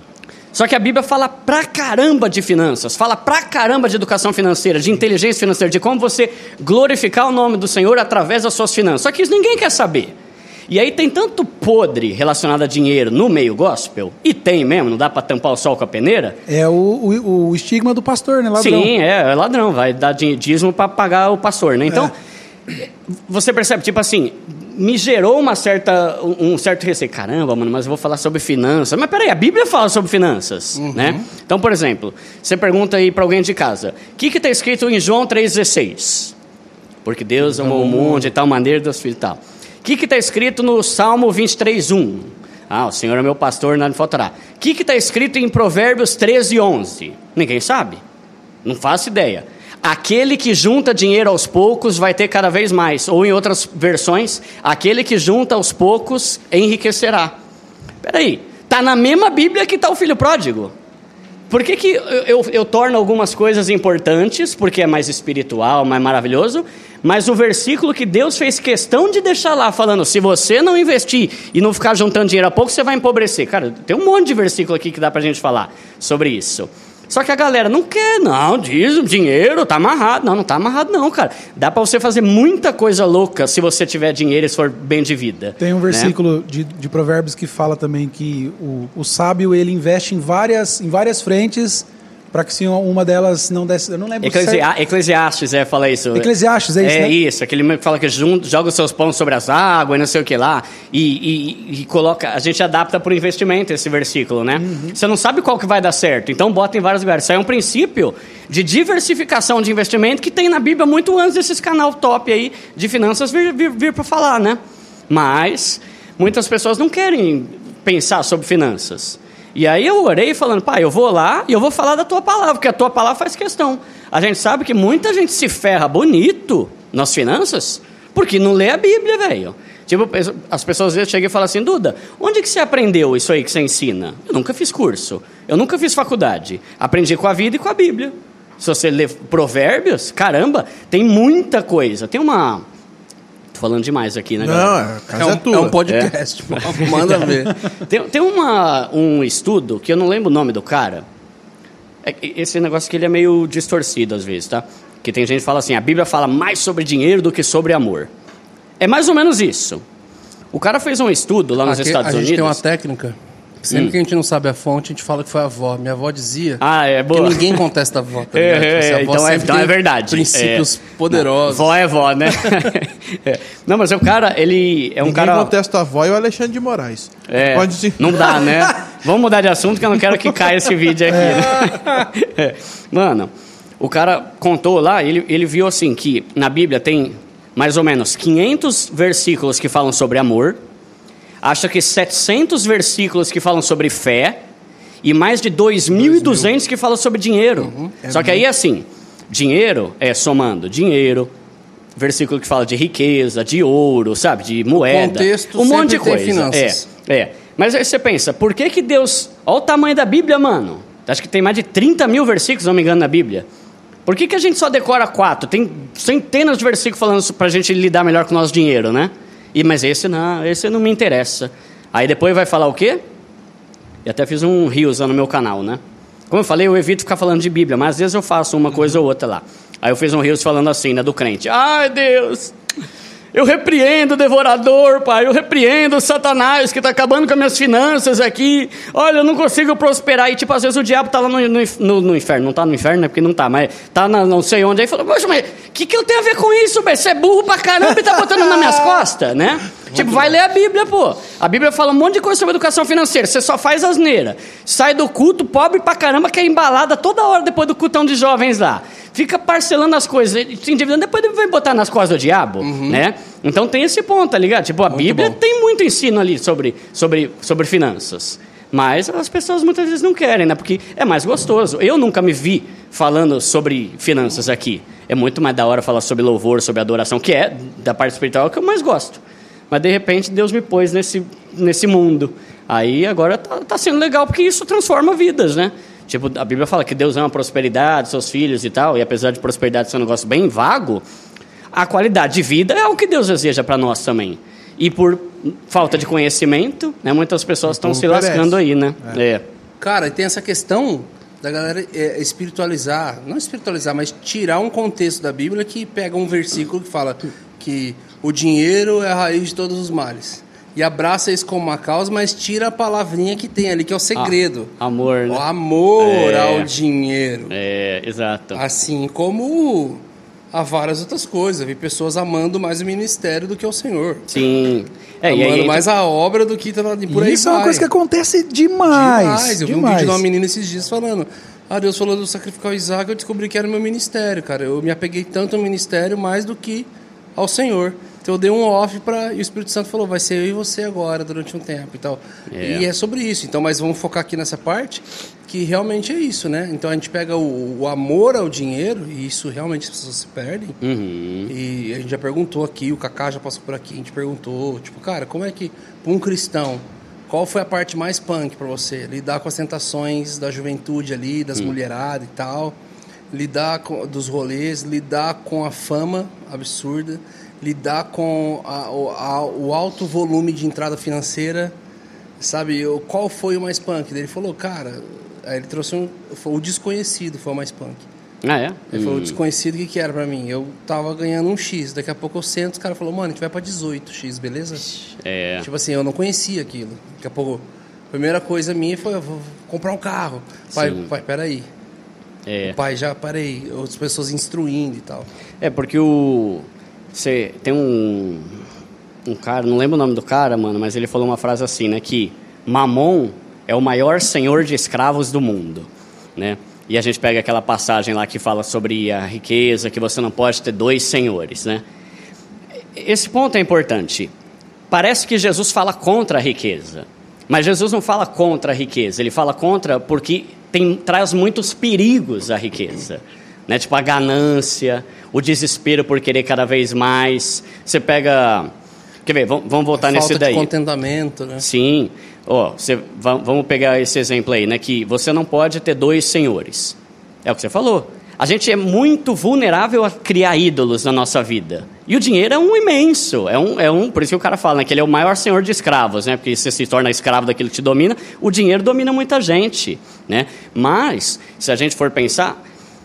Só que a Bíblia fala pra caramba de finanças, fala pra caramba de educação financeira, de inteligência financeira, de como você glorificar o nome do Senhor através das suas finanças. Só que isso ninguém quer saber. E aí tem tanto podre relacionado a dinheiro no meio gospel, e tem mesmo, não dá pra tampar o sol com a peneira. É o, o, o estigma do pastor, né? Ladrão. Sim, é, é ladrão, vai dar dízimo pra pagar o pastor, né? Então, é. Você percebe, tipo assim, me gerou uma certa, um certo receio. Caramba, mano, mas eu vou falar sobre finanças. Mas peraí, a Bíblia fala sobre finanças, uhum. né? Então, por exemplo, você pergunta aí pra alguém de casa, o que que tá escrito em João três dezesseis? Porque Deus amou o mundo de tal maneira, Deus filho e tal. O que que está escrito no Salmo vinte e três, um? Ah, o Senhor é meu pastor, nada me faltará. O que que está escrito em Provérbios treze, onze? Ninguém sabe. Não faço ideia. Aquele que junta dinheiro aos poucos vai ter cada vez mais. Ou em outras versões, aquele que junta aos poucos enriquecerá. Peraí, está na mesma Bíblia que está o filho pródigo. Por que que eu, eu, eu torno algumas coisas importantes? Porque é mais espiritual, mais maravilhoso. Mas o versículo que Deus fez questão de deixar lá, falando, se você não investir e não ficar juntando dinheiro a pouco, você vai empobrecer. Cara, tem um monte de versículo aqui que dá pra gente falar sobre isso. Só que a galera não quer, não, diz, o dinheiro tá amarrado. Não, não tá amarrado não, cara. Dá pra você fazer muita coisa louca se você tiver dinheiro e for bem de vida. Tem um versículo, né, de, de Provérbios que fala também que o, o sábio, ele investe em várias, em várias frentes para que se uma delas não desse... Eu não lembro Eclesia Eclesiastes, é, fala isso. Eclesiastes, é isso, É né? isso, aquele que fala que junto, joga os seus pães sobre as águas e não sei o que lá, e, e, e coloca, a gente adapta para o investimento esse versículo, né? Uhum. Você não sabe qual que vai dar certo, então bota em vários lugares. Isso aí é um princípio de diversificação de investimento que tem na Bíblia muito antes desses canal top aí de finanças vir, vir, vir para falar, né? Mas muitas pessoas não querem pensar sobre finanças. E aí eu orei falando, pai, eu vou lá e eu vou falar da tua palavra, porque a tua palavra faz questão. A gente sabe que muita gente se ferra bonito nas finanças porque não lê a Bíblia, velho. Tipo, as pessoas às vezes chegam e falam assim, Duda, onde que você aprendeu isso aí que você ensina? Eu nunca fiz curso, eu nunca fiz faculdade. Aprendi com a vida e com a Bíblia. Se você lê Provérbios, caramba, tem muita coisa. Tem uma... Tô falando demais aqui, né, galera? Não, é, um, é, tua. é um podcast, é. Manda ver. Tem, tem uma, um estudo, que eu não lembro o nome do cara, é, esse negócio que ele é meio distorcido às vezes, tá? Que tem gente que fala assim, a Bíblia fala mais sobre dinheiro do que sobre amor. É mais ou menos isso. O cara fez um estudo lá nos Aqui, Estados a Unidos... A gente tem uma técnica... Sempre hum. que a gente não sabe a fonte, a gente fala que foi a avó. Minha avó dizia ah, é boa. que ninguém contesta a avó. Tá é, é, a avó então, é, então é verdade. Princípios é. poderosos. Não, vó é vó, né? é. Não, mas o cara, ele é um ninguém cara... Ninguém contesta a avó e o Alexandre de Moraes. É, Pode sim. Não dá, né? Vamos mudar de assunto que eu não quero que caia esse vídeo aqui. É. Né? É. Mano, o cara contou lá, ele, ele viu assim que na Bíblia tem mais ou menos quinhentos versículos que falam sobre amor, acha que setecentos versículos que falam sobre fé e mais de dois mil e duzentos que falam sobre dinheiro. Uhum. É Só que aí, assim, dinheiro é somando dinheiro, versículo que fala de riqueza, de ouro, sabe, de moeda, contexto um monte de coisa. Finanças. É, é. Mas aí você pensa, por que que Deus... Olha o tamanho da Bíblia, mano. Acho que tem mais de trinta mil versículos, se não me engano, na Bíblia. Por que que a gente só decora quatro? Tem centenas de versículos falando pra gente lidar melhor com o nosso dinheiro, né? E, mas esse não, esse não me interessa. Aí depois vai falar o quê? E até fiz um reels lá no meu canal, né? Como eu falei, eu evito ficar falando de Bíblia, mas às vezes eu faço uma coisa ou outra lá. Aí eu fiz um reels falando assim, né, do crente. Ai, Deus, eu repreendo o devorador, pai, eu repreendo o Satanás que está acabando com as minhas finanças aqui. Olha, eu não consigo prosperar. E, tipo, às vezes o diabo está lá no, no, no inferno. Não está no inferno, né? Porque não está, mas está não sei onde. Aí fala, poxa, mas o que, que eu tenho a ver com isso, velho? Você é burro pra caramba e tá botando nas minhas costas, né? Tipo, vai ler a Bíblia, pô. A Bíblia fala um monte de coisa sobre educação financeira. Você só faz asneira. Sai do culto, pobre pra caramba, que é embalada toda hora depois do cultão de jovens lá. Fica parcelando as coisas, se endividando, depois vai botar nas costas do diabo, uhum. né? Então tem esse ponto, tá ligado? Tipo, a muito Bíblia bom. Tem muito ensino ali sobre, sobre, sobre finanças. Mas as pessoas muitas vezes não querem, né? Porque é mais gostoso. Eu nunca me vi falando sobre finanças aqui. É muito mais da hora falar sobre louvor, sobre adoração, que é da parte espiritual que eu mais gosto. Mas, de repente, Deus me pôs nesse, nesse mundo. Aí, agora, tá, tá sendo legal, porque isso transforma vidas, né? Tipo, a Bíblia fala que Deus ama a prosperidade, seus filhos e tal, e apesar de prosperidade ser um negócio bem vago, a qualidade de vida é o que Deus deseja para nós também. E por falta de conhecimento, né, muitas pessoas estão se lascando aí, né? É. É. Cara, e tem essa questão da galera é, espiritualizar, não espiritualizar, mas tirar um contexto da Bíblia que pega um versículo que fala que o dinheiro é a raiz de todos os males. E abraça isso como uma causa, mas tira a palavrinha que tem ali, que é o segredo. Ah, amor, né? O amor é, ao dinheiro. É, exato. Assim como há várias outras coisas. Vi pessoas amando mais o ministério do que o Senhor. Sim. É, amando e aí, mais a obra do que por aí isso vai. É uma coisa que acontece demais. Demais. Eu demais. vi um vídeo de uma menina esses dias falando... Ah, Deus falou do sacrificar o Isaac, eu descobri que era o meu ministério, cara. Eu me apeguei tanto ao ministério mais do que ao Senhor. Então eu dei um off para e o Espírito Santo falou, vai ser eu e você agora durante um tempo e tal. É. E é sobre isso. Então, mas vamos focar aqui nessa parte que realmente é isso, né? Então a gente pega o, o amor ao dinheiro e isso realmente as pessoas se perdem. Uhum. E a gente já perguntou aqui, o Kaká já passou por aqui, a gente perguntou, tipo, cara, como é que para um cristão, qual foi a parte mais punk para você? Lidar com as tentações da juventude ali, das uhum. mulheradas e tal, lidar com dos rolês, lidar com a fama absurda, lidar com a, a, o alto volume de entrada financeira, sabe? Qual foi o mais punk? Ele falou, cara, aí ele trouxe um, foi o desconhecido, foi o mais punk. Ah, é? Ele hum. falou, o desconhecido, o que, que era pra mim? Eu tava ganhando um X, daqui a pouco eu sento, os caras falaram, mano, a gente vai pra dezoito X, beleza? É. Tipo assim, eu não conhecia aquilo. Daqui a pouco, a primeira coisa minha foi, eu vou comprar um carro. Pai, Sim. pai, peraí. É. O pai, já parei, outras pessoas instruindo e tal. É, porque o... Você tem um, um cara, não lembro o nome do cara, mano, mas ele falou uma frase assim, né? Que Mamon é o maior senhor de escravos do mundo, né? E a gente pega aquela passagem lá que fala sobre a riqueza, que você não pode ter dois senhores, né? Esse ponto é importante. Parece que Jesus fala contra a riqueza, mas Jesus não fala contra a riqueza, ele fala contra porque tem, traz muitos perigos a riqueza. Né? Tipo a ganância, o desespero por querer cada vez mais. Você pega... Quer ver? Vamos, vamos voltar nesse daí. Falta de contentamento, né? Sim. Ó, você, vamos pegar esse exemplo aí, né? Que você não pode ter dois senhores. É o que você falou. A gente é muito vulnerável a criar ídolos na nossa vida. E o dinheiro é um imenso. É um, é um, por isso que o cara fala, né? Que ele é o maior senhor de escravos, né? Porque você se torna escravo daquilo que te domina. O dinheiro domina muita gente, né? Mas, se a gente for pensar...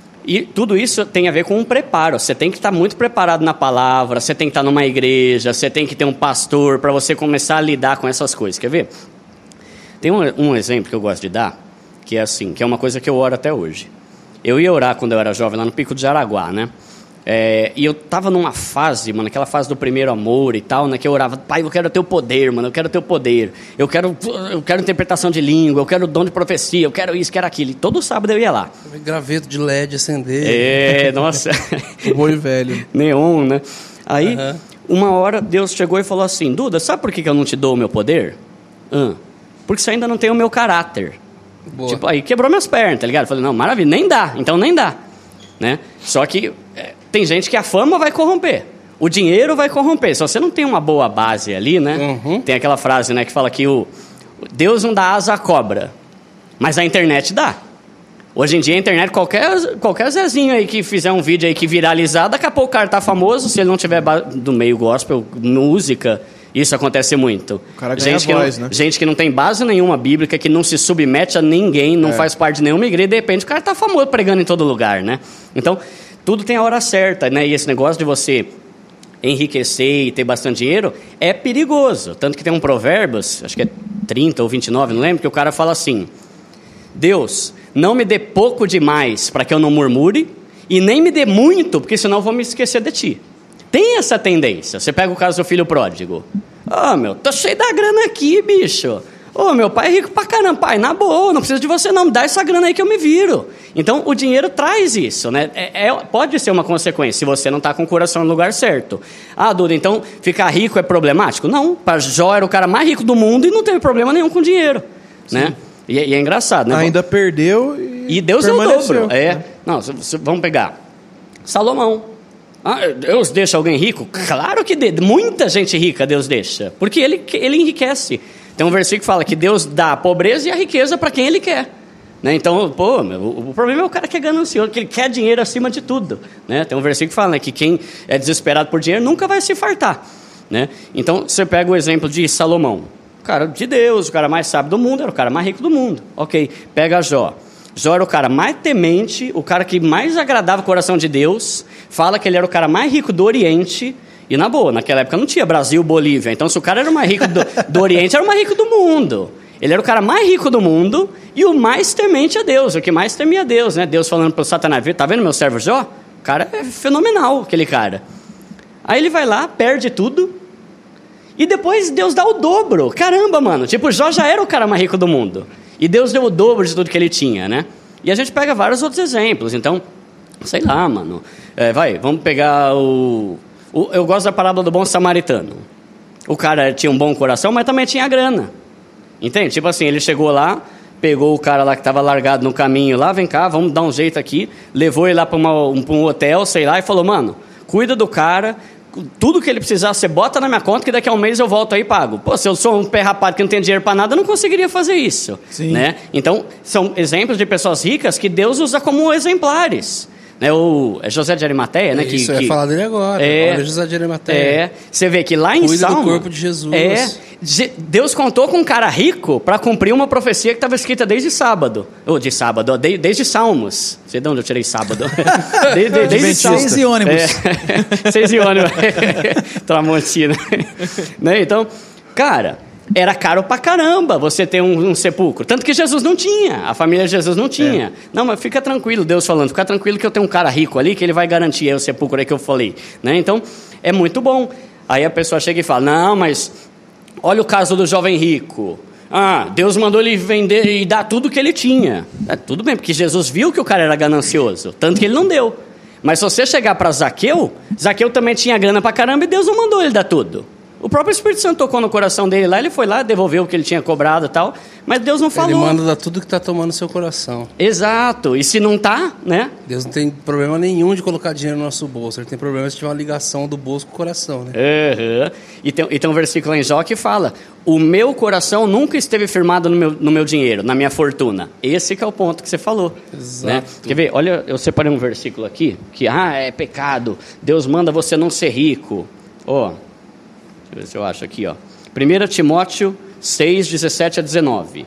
E tudo isso tem a ver com um preparo. Você tem que estar muito preparado na palavra, você tem que estar numa igreja, você tem que ter um pastor para você começar a lidar com essas coisas. Quer ver? Tem um, um exemplo que eu gosto de dar, que é assim, que é uma coisa que eu oro até hoje. Eu ia orar quando eu era jovem lá no Pico de Jaraguá, né? É, e eu tava numa fase, mano, aquela fase do primeiro amor e tal, né? Que eu orava, pai, eu quero ter o poder, mano, eu quero ter o poder. Eu quero, eu quero interpretação de língua, eu quero dom de profecia, eu quero isso, quero aquilo. E todo sábado eu ia lá. Graveto de L E D acender. É, nossa. Boi velho. Neon, né? Aí, uhum. uma hora, Deus chegou e falou assim, Duda, sabe por que eu não te dou o meu poder? Hum, porque você ainda não tem o meu caráter. Boa. Tipo, aí quebrou minhas pernas, tá ligado? Eu falei, não, maravilha, nem dá, então nem dá. Né? Só que... É, tem gente que a fama vai corromper, o dinheiro vai corromper. Se você não tem uma boa base ali, né? Uhum. Tem aquela frase, né, que fala que o Deus não dá asa à cobra, mas a internet dá. Hoje em dia a internet, qualquer, qualquer Zezinho aí que fizer um vídeo aí que viralizar, daqui a pouco o cara tá famoso, se ele não tiver ba- do meio gospel, música, isso acontece muito. O cara ganha gente, voz, que né? não, gente que não tem base nenhuma bíblica, que não se submete a ninguém, não é. faz parte de nenhuma igreja, de repente o cara tá famoso pregando em todo lugar, né? Então... Tudo tem a hora certa, né? E esse negócio de você enriquecer e ter bastante dinheiro, é perigoso. Tanto que tem um Provérbios, acho que é trinta ou vinte e nove, não lembro, que o cara fala assim: Deus, não me dê pouco demais para que eu não murmure, e nem me dê muito, porque senão eu vou me esquecer de ti. Tem essa tendência. Você pega o caso do filho pródigo. Ah, oh, meu, tô cheio da grana aqui, bicho. Ô, oh, meu pai é rico pra caramba. Pai, na boa, não preciso de você não. Me dá essa grana aí que eu me viro. Então, o dinheiro traz isso, né? É, é, pode ser uma consequência, se você não está com o coração no lugar certo. Ah, Duda, então ficar rico é problemático? Não. Para Jó era o cara mais rico do mundo e não teve problema nenhum com dinheiro, né? E, e é engraçado, né? Ainda perdeu e, e Deus é o dobro. É. Né? Não, vamos pegar Salomão. Ah, Deus deixa alguém rico? Claro que de, muita gente rica Deus deixa, porque ele, ele enriquece. Tem um versículo que fala que Deus dá a pobreza e a riqueza para quem Ele quer. Né? Então, pô, meu, o problema é o cara que é ganancioso, que ele quer dinheiro acima de tudo. Né? Tem um versículo que fala, né, que quem é desesperado por dinheiro nunca vai se fartar. Né? Então, você pega o exemplo de Salomão. O cara de Deus, o cara mais sábio do mundo, era o cara mais rico do mundo. Ok, pega Jó. Jó era o cara mais temente, o cara que mais agradava o coração de Deus. Fala que ele era o cara mais rico do Oriente. E na boa, naquela época não tinha Brasil, Bolívia. Então, se o cara era o mais rico do, do Oriente, era o mais rico do mundo. Ele era o cara mais rico do mundo e o mais temente a Deus, o que mais temia a Deus, né? Deus falando para o Satanás: tá vendo meu servo Jó? O cara é fenomenal, aquele cara. Aí ele vai lá, perde tudo, e depois Deus dá o dobro. Caramba, mano, tipo, Jó já era o cara mais rico do mundo. E Deus deu o dobro de tudo que ele tinha, né? E a gente pega vários outros exemplos. Então, sei lá, mano. É, vai, vamos pegar o... Eu gosto da parábola do bom samaritano. O cara tinha um bom coração, mas também tinha grana. Entende? Tipo assim, ele chegou lá, pegou o cara lá que estava largado no caminho lá, vem cá, vamos dar um jeito aqui, levou ele lá para um, um hotel, sei lá, e falou: mano, cuida do cara, tudo que ele precisar você bota na minha conta, que daqui a um mês eu volto aí e pago. Pô, se eu sou um pé rapado que não tem dinheiro para nada, eu não conseguiria fazer isso. Sim. Né? Então, são exemplos de pessoas ricas que Deus usa como exemplares. É o é José de Arimateia, né? Isso, que, eu ia que, falar dele agora. É, Olha José de Arimateia. É, você vê que lá em Cuida Salmo... do corpo de Jesus. É, Deus contou com um cara rico para cumprir uma profecia que estava escrita desde sábado. Ou de sábado, de, desde Salmos. Não sei de onde eu tirei sábado. de, de, desde Salmos. Seis e ônibus. É, seis e ônibus. Tramontina. Né? Então, cara... Era caro pra caramba você ter um, um sepulcro. Tanto que Jesus não tinha. A família de Jesus não tinha. É. Não, mas fica tranquilo, Deus falando. Fica tranquilo que eu tenho um cara rico ali que ele vai garantir aí o sepulcro aí que eu falei. Né? Então, é muito bom. Aí a pessoa chega e fala: não, mas olha o caso do jovem rico. Ah, Deus mandou ele vender e dar tudo que ele tinha. É, tudo bem, porque Jesus viu que o cara era ganancioso. Tanto que ele não deu. Mas se você chegar para Zaqueu, Zaqueu também tinha grana pra caramba e Deus não mandou ele dar tudo. O próprio Espírito Santo tocou no coração dele lá, ele foi lá, devolveu o que ele tinha cobrado e tal, mas Deus não falou. Ele manda dar tudo que está tomando seu coração. Exato, e se não tá, né? Deus não tem problema nenhum de colocar dinheiro no nosso bolso, ele tem problema se tiver uma ligação do bolso com o coração, né? Uhum. E, tem, e tem um versículo em Jó que fala: o meu coração nunca esteve firmado no meu, no meu dinheiro, na minha fortuna. Esse que é o ponto que você falou. Exato. Né? Quer ver? Olha, eu separei um versículo aqui, que, ah, é pecado, Deus manda você não ser rico. Ó... Oh, deixa eu ver se eu acho aqui, ó. primeiro Timóteo seis, dezessete a dezenove.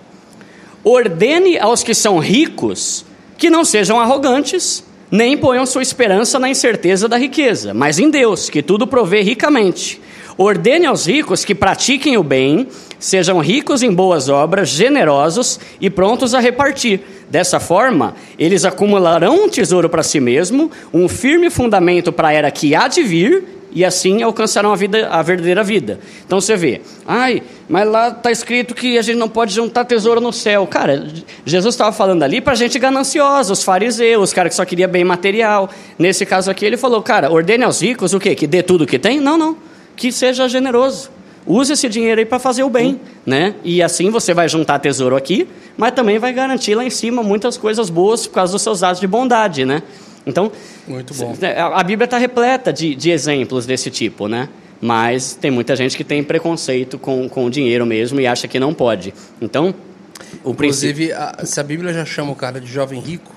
Ordene aos que são ricos que não sejam arrogantes, nem ponham sua esperança na incerteza da riqueza, mas em Deus, que tudo provê ricamente. Ordene aos ricos que pratiquem o bem, sejam ricos em boas obras, generosos e prontos a repartir. Dessa forma, eles acumularão um tesouro para si mesmo, um firme fundamento para a era que há de vir, e assim alcançarão a, vida, a verdadeira vida. Então você vê, ai, mas lá está escrito que a gente não pode juntar tesouro no céu. Cara, Jesus estava falando ali para gente gananciosa, os fariseus, os caras que só queria bem material. Nesse caso aqui ele falou: cara, ordene aos ricos o quê? Que dê tudo que tem? Não, não, que seja generoso. Use esse dinheiro aí para fazer o bem, hum. né? E assim você vai juntar tesouro aqui, mas também vai garantir lá em cima muitas coisas boas por causa dos seus atos de bondade, né? Então, muito bom. A Bíblia está repleta de, de exemplos desse tipo, né? Mas tem muita gente que tem preconceito com, com o dinheiro mesmo e acha que não pode. Então, o Inclusive, princípio... a, se a Bíblia já chama o cara de jovem rico,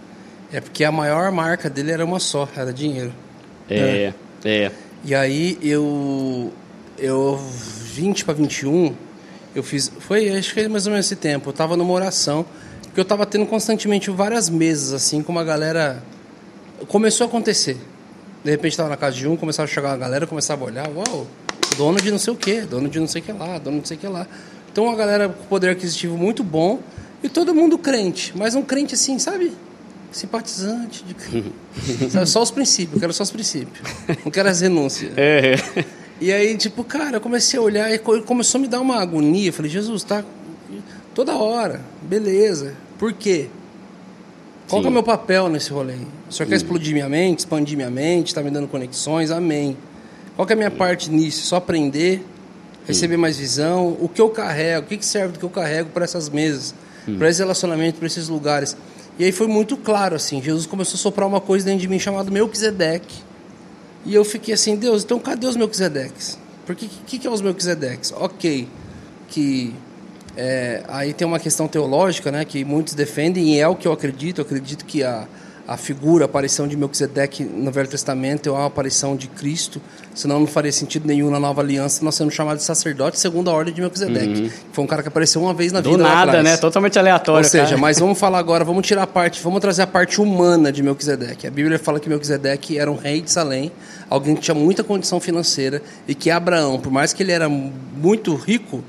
é porque a maior marca dele era uma só, era dinheiro. É, é. é. E aí, eu, eu vinte para vinte e um, eu fiz, foi, acho que foi mais ou menos esse tempo, eu estava numa oração, porque eu estava tendo constantemente várias mesas, assim, com uma galera... Começou a acontecer. De repente tava na casa de um, começava a chegar uma galera, começava a olhar, uau, dono de não sei o quê, dono de não sei o que lá, dono de não sei o que lá. Então uma galera com poder aquisitivo muito bom e todo mundo crente, mas um crente assim, sabe? Simpatizante de... sabe? Só os princípios, eu quero só os princípios, não quero as renúncias. É. E aí, tipo, cara, eu comecei a olhar e começou a me dar uma agonia. Eu falei, Jesus, tá toda hora, beleza, por quê? Qual que é o meu papel nesse rolê? O senhor quer explodir minha mente, expandir minha mente, está me dando conexões? Amém. Qual que é a minha parte nisso? Só aprender, receber mais visão? O que eu carrego? O que, que serve do que eu carrego para essas mesas? Hum. Para esse relacionamento, para esses lugares? E aí foi muito claro, assim, Jesus começou a soprar uma coisa dentro de mim chamada Melquisedeque. E eu fiquei assim, Deus, então cadê os Melquisedeques? Porque o que, que é os Melquisedeques? Ok, que... É, aí tem uma questão teológica, né, que muitos defendem, e é o que eu acredito. Eu acredito que a, a figura, a aparição de Melquisedeque no Velho Testamento é uma aparição de Cristo, senão não faria sentido nenhum na Nova Aliança nós sendo chamados de sacerdote segundo a ordem de Melquisedeque. Uhum. Foi um cara que apareceu uma vez na Do vida. Do nada, lá né? Totalmente aleatório. Ou seja, cara. Mas vamos falar agora, vamos tirar a parte, vamos trazer a parte humana de Melquisedeque. A Bíblia fala que Melquisedeque era um rei de Salém, alguém que tinha muita condição financeira, e que Abraão, por mais que ele era muito rico,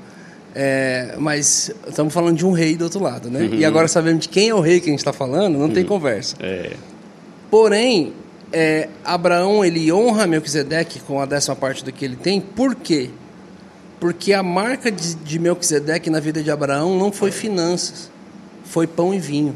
É, mas estamos falando de um rei do outro lado, né? Uhum. E agora sabendo de quem é o rei que a gente está falando, não uhum. tem conversa. É. Porém, é, Abraão, ele honra Melquisedeque com a décima parte do que ele tem. Por quê? Porque a marca de, de Melquisedeque na vida de Abraão não foi finanças, foi pão e vinho.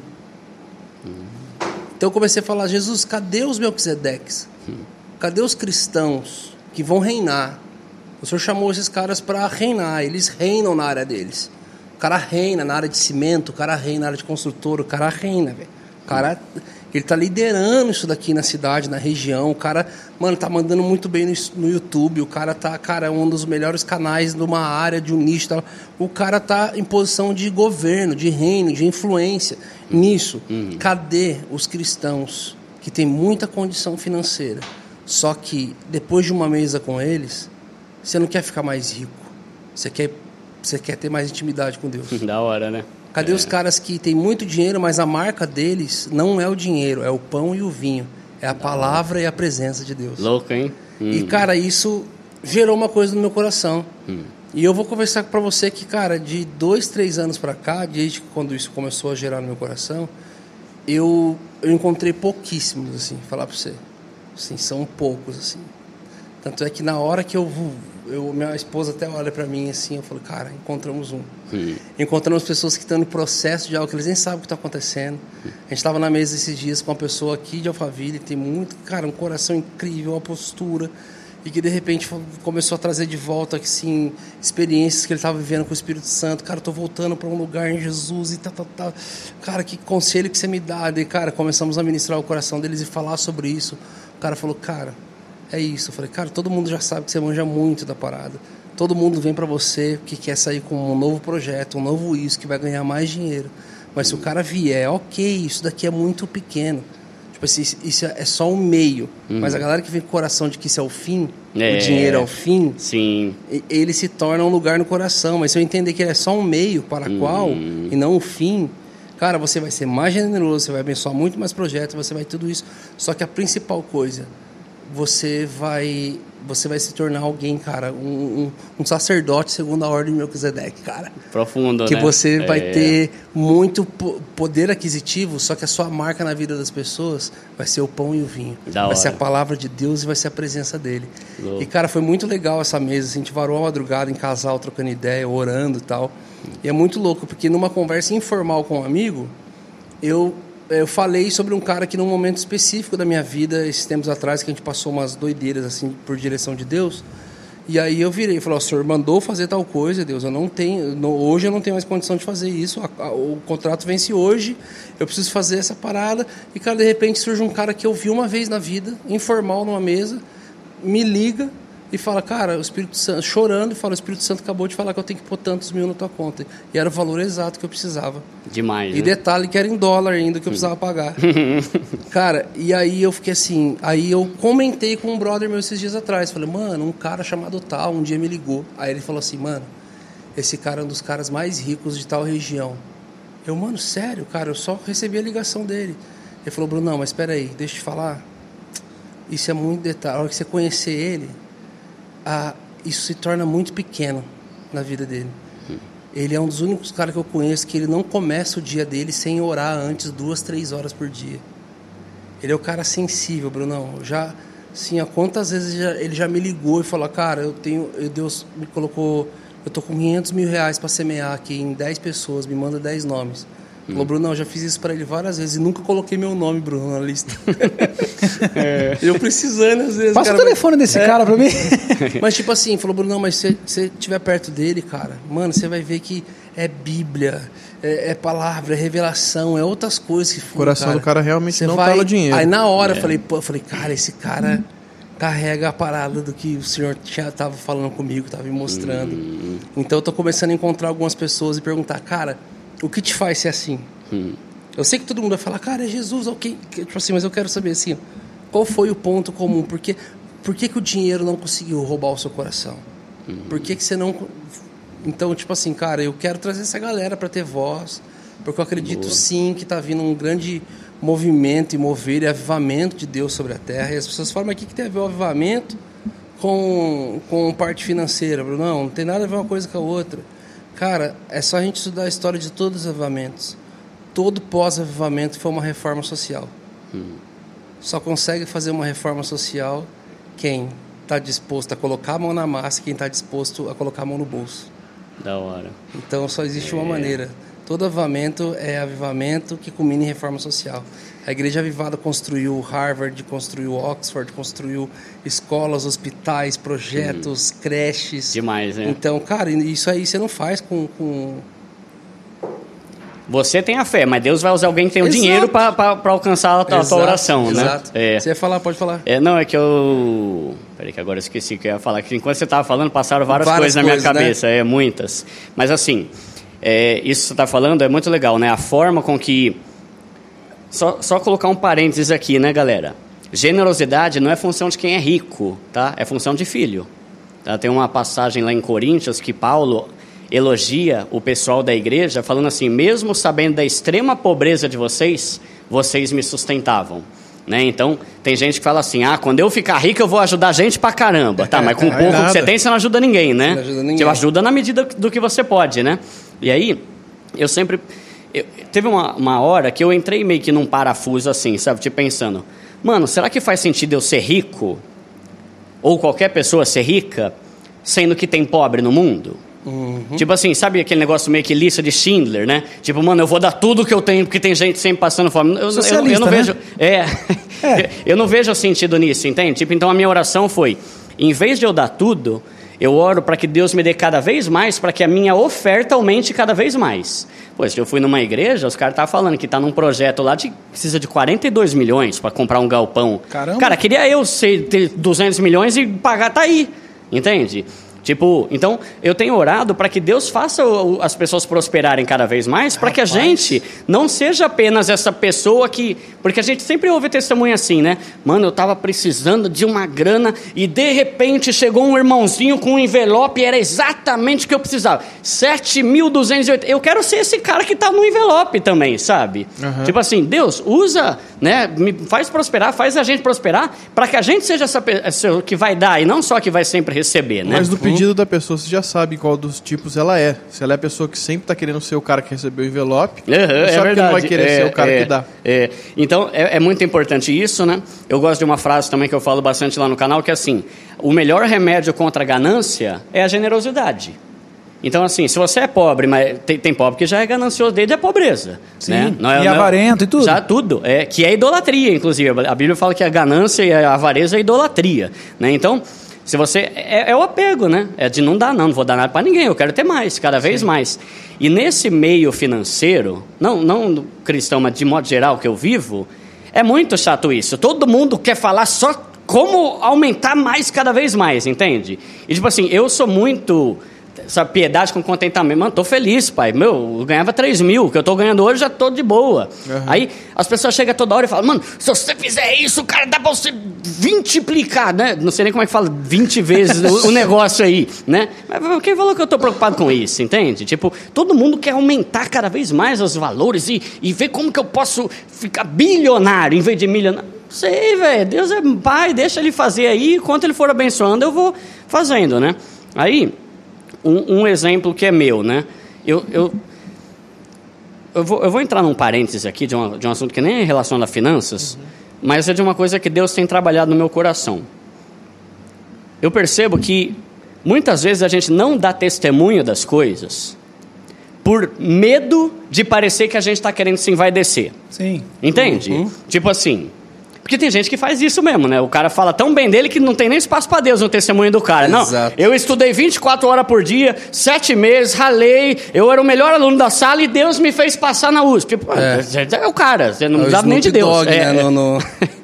Uhum. Então eu comecei a falar, Jesus, cadê os Melquisedeques? Uhum. Cadê os cristãos que vão reinar? O Senhor chamou esses caras para reinar, eles reinam na área deles. O cara reina na área de cimento, o cara reina na área de construtor, o cara reina, velho. O cara, ele tá liderando isso daqui na cidade, na região. O cara, mano, tá mandando muito bem no, no YouTube. O cara tá, cara, um dos melhores canais de uma área, de um nicho. Tá, o cara tá em posição de governo, de reino, de influência nisso. Uhum. Cadê os cristãos que têm muita condição financeira? Só que depois de uma mesa com eles, você não quer ficar mais rico. Você quer, você quer ter mais intimidade com Deus. Da hora, né? Cadê é. os caras que têm muito dinheiro, mas a marca deles não é o dinheiro, é o pão e o vinho. É a da palavra hora. E a presença de Deus. Louco, hein? Hum. E, cara, isso gerou uma coisa no meu coração. Hum. E eu vou conversar pra você que, cara, de dois, três anos pra cá, desde quando isso começou a gerar no meu coração, eu, eu encontrei pouquíssimos, assim, falar pra você. Assim, são poucos, assim. Tanto é que na hora que eu... Eu, minha esposa até olha pra mim assim, eu falo, cara, encontramos um. Hum. Encontramos pessoas que estão no processo de algo que eles nem sabem o que está acontecendo. Hum. A gente estava na mesa esses dias com uma pessoa aqui de Alphaville, tem muito, cara, um coração incrível, uma postura, e que de repente começou a trazer de volta, assim, experiências que ele estava vivendo com o Espírito Santo. Cara, eu tô voltando para um lugar em Jesus e tal, tal, tal. Cara, que conselho que você me dá? E, cara, começamos a ministrar o coração deles e falar sobre isso. O cara falou, cara... É isso, eu falei, cara, todo mundo já sabe que você manja muito da parada. Todo mundo vem pra você que quer sair com um novo projeto, um novo isso, que vai ganhar mais dinheiro. Mas se o cara vier, ok, isso daqui é muito pequeno. Tipo assim, isso é só um meio. Uhum. Mas a galera que vem com o coração de que isso é o fim, é, o dinheiro é o fim, sim. ele se torna um lugar no coração. Mas se eu entender que ele é só um meio para uhum. qual e não o fim, cara, você vai ser mais generoso, você vai abençoar muito mais projetos, você vai tudo isso. Só que a principal coisa... Você vai, você vai se tornar alguém, cara, um, um, um sacerdote segundo a ordem de Melquisedeque, cara. Profundo, que né? Que você é. vai ter muito poder aquisitivo, só que a sua marca na vida das pessoas vai ser o pão e o vinho. Da vai hora. ser a palavra de Deus e vai ser a presença dele. Louco. E, cara, foi muito legal essa mesa. A gente varou a madrugada em casal, trocando ideia, orando e tal. E é muito louco, porque numa conversa informal com um amigo, eu... Eu falei sobre um cara que num momento específico da minha vida, esses tempos atrás, que a gente passou umas doideiras assim por direção de Deus. E aí eu virei e falei, o senhor mandou fazer tal coisa, Deus, eu não tenho, não, hoje eu não tenho mais condição de fazer isso, a, a, o contrato vence hoje, eu preciso fazer essa parada. E, cara, de repente surge um cara que eu vi uma vez na vida, informal numa mesa, me liga e fala, cara, o Espírito Santo, chorando, e fala, o Espírito Santo acabou de falar que eu tenho que pôr tantos mil na tua conta. E era o valor exato que eu precisava. Demais, E né? detalhe que era em dólar ainda que eu precisava pagar. Cara, e aí eu fiquei assim, aí eu comentei com um brother meu esses dias atrás, falei, mano, um cara chamado tal, um dia me ligou. Aí ele falou assim, mano, esse cara é um dos caras mais ricos de tal região. Eu, mano, sério, cara, eu só recebi a ligação dele. Ele falou, Bruno, não, mas espera aí, deixa eu te falar. isso é muito detalhe. A hora que você conhecer ele, a, isso se torna muito pequeno na vida dele. Hum. Ele é um dos únicos caras que eu conheço que ele não começa o dia dele sem orar antes duas, três horas por dia. Ele é o cara sensível, Brunão. Já, assim, há quantas vezes ele já, ele já me ligou e falou, cara, eu tenho, eu, Deus me colocou, eu tô com quinhentos mil reais para semear aqui em dez pessoas, me manda dez nomes. Falou, Bruno, eu já fiz isso para ele várias vezes e nunca coloquei meu nome, Bruno, na lista. É. Eu precisando, às vezes. Passa cara, o telefone mas... desse é. cara pra mim. Mas, tipo assim, falou, Bruno, mas se você estiver perto dele, cara, mano, você vai ver que é Bíblia, é, é palavra, é revelação, é outras coisas que O coração cara. do cara realmente Você não vai... tá no dinheiro. Aí, na hora, é. eu falei, pô, eu falei, cara, esse cara carrega a parada do que o senhor já tava falando comigo, tava me mostrando. Hum. Então, eu tô começando a encontrar algumas pessoas e perguntar, cara, o que te faz ser assim? Hum. Eu sei que todo mundo vai falar, cara, é Jesus, ok. Tipo assim, mas eu quero saber assim, qual foi o ponto comum? Por que, por que, que o dinheiro não conseguiu roubar o seu coração? Uhum. Por que, que você não... Então, tipo assim, cara, eu quero trazer essa galera para ter voz, porque eu acredito Boa. sim que tá vindo um grande movimento e mover e avivamento de Deus sobre a terra. E as pessoas falam, mas o que, que tem a ver o avivamento com, com parte financeira? Não, não tem nada a ver uma coisa com a outra. Cara, é só a gente estudar a história de todos os avivamentos. Todo pós-avivamento foi uma reforma social. Hum. Só consegue fazer uma reforma social quem está disposto a colocar a mão na massa, quem está disposto a colocar a mão no bolso. Da hora. Então só existe é. uma maneira. Todo avivamento é avivamento que culmina em reforma social. A Igreja Avivada construiu Harvard, construiu Oxford, construiu escolas, hospitais, projetos, hum. creches. Demais, né? Então, cara, isso aí você não faz com... com... Você tem a fé, mas Deus vai usar alguém que tem o Exato. dinheiro para alcançar a tua, Exato, tua oração, exato. né? É. Você ia falar, pode falar. É, não, é que eu... Peraí que agora eu esqueci que eu ia falar. Que enquanto você estava falando, passaram várias, várias coisas na coisas, minha cabeça. Né? É, muitas. Mas assim, é, isso que você está falando é muito legal, né? A forma com que... Só, só colocar um parênteses aqui, né, galera? Generosidade não é função de quem é rico, tá? É função de filho. Tá? Tem uma passagem lá em Coríntios que Paulo... elogia o pessoal da igreja, falando assim, mesmo sabendo da extrema pobreza de vocês, vocês me sustentavam. Né? Então, tem gente que fala assim, ah, quando eu ficar rico eu vou ajudar gente pra caramba. Tá, mas com o pouco que você tem, você não ajuda ninguém, né? Não ajuda ninguém. Você ajuda na medida do que você pode, né? E aí, eu sempre... Eu, teve uma, uma hora que eu entrei meio que num parafuso assim, sabe? Tipo, pensando, mano, será que faz sentido eu ser rico? Ou qualquer pessoa ser rica, sendo que tem pobre no mundo? Uhum. Tipo assim, sabe aquele negócio meio que lista de Schindler, né? Tipo, mano, eu vou dar tudo que eu tenho porque tem gente sempre passando fome. Eu, eu, eu não né? vejo... É, é. Eu não vejo sentido nisso, entende? Tipo, então a minha oração foi, em vez de eu dar tudo, eu oro para que Deus me dê cada vez mais, para que a minha oferta aumente cada vez mais. Pois, eu fui numa igreja, os caras estavam falando que tá num projeto lá de precisa de quarenta e dois milhões para comprar um galpão. Caramba. Cara, queria eu ser, ter duzentos milhões e pagar, tá aí, entende? Tipo, então, eu tenho orado para que Deus faça o, as pessoas prosperarem cada vez mais, para que a gente não seja apenas essa pessoa que... Porque a gente sempre ouve testemunho assim, né? Mano, eu tava precisando de uma grana e, de repente, chegou um irmãozinho com um envelope e era exatamente o que eu precisava. sete mil duzentos e oitenta. Eu quero ser esse cara que tá no envelope também, sabe? Uhum. Tipo assim, Deus, usa, né? Me faz prosperar, faz a gente prosperar, para que a gente seja essa pessoa que vai dar e não só que vai sempre receber, né? Mas no pedido da pessoa, você já sabe qual dos tipos ela é. Se ela é a pessoa que sempre está querendo ser o cara que recebeu o envelope, uhum, você é sabe verdade. que não vai querer é, ser o cara é, que dá. É. Então, é, é muito importante isso, né? Eu gosto de uma frase também que eu falo bastante lá no canal, que é assim, o melhor remédio contra a ganância é a generosidade. Então, assim, se você é pobre, mas tem, tem pobre que já é ganancioso desde a pobreza. Sim, né? Não é, e não é, avarento e tudo. Já tudo, é, que é idolatria, inclusive. A Bíblia fala que a ganância e a avareza é idolatria. Né? Então, se você... É, é o apego, né? É de não dar, não, não vou dar nada para ninguém, eu quero ter mais, cada vez Sim. mais. E nesse meio financeiro, não, não cristão, mas de modo geral que eu vivo, é muito chato isso. Todo mundo quer falar só como aumentar mais cada vez mais, entende? E tipo assim, eu sou muito... Sabe, piedade com contentamento. Mano, tô feliz, pai. Meu, eu ganhava três mil. O que eu tô ganhando hoje, já tô de boa. Uhum. Aí, as pessoas chegam toda hora e falam, mano, se você fizer isso, cara, dá pra você vintplicar, né? Não sei nem como é que fala vinte vezes o, o negócio aí, né? Mas quem falou que eu tô preocupado com isso, entende? Tipo, todo mundo quer aumentar cada vez mais os valores e, e ver como que eu posso ficar bilionário em vez de milionário. sei, velho, Deus é pai, deixa ele fazer aí, enquanto ele for abençoando, eu vou fazendo, né? Aí, um, um exemplo que é meu, né? Eu, eu, eu, vou, eu vou entrar num parêntese aqui de, uma, de um assunto que nem é relacionado a finanças, uhum. mas é de uma coisa que Deus tem trabalhado no meu coração. Eu percebo que muitas vezes a gente não dá testemunho das coisas por medo de parecer que a gente está querendo se envaidecer. Sim. Entende? Uhum. Tipo assim... Porque tem gente que faz isso mesmo, né? O cara fala tão bem dele que não tem nem espaço para Deus no testemunho do cara. Não, Exato. eu estudei vinte e quatro horas por dia, sete meses, ralei, eu era o melhor aluno da sala e Deus me fez passar na U S P. Tipo, é, é o cara, você não precisava nem de Deus. Dog, é, né? é. No, no...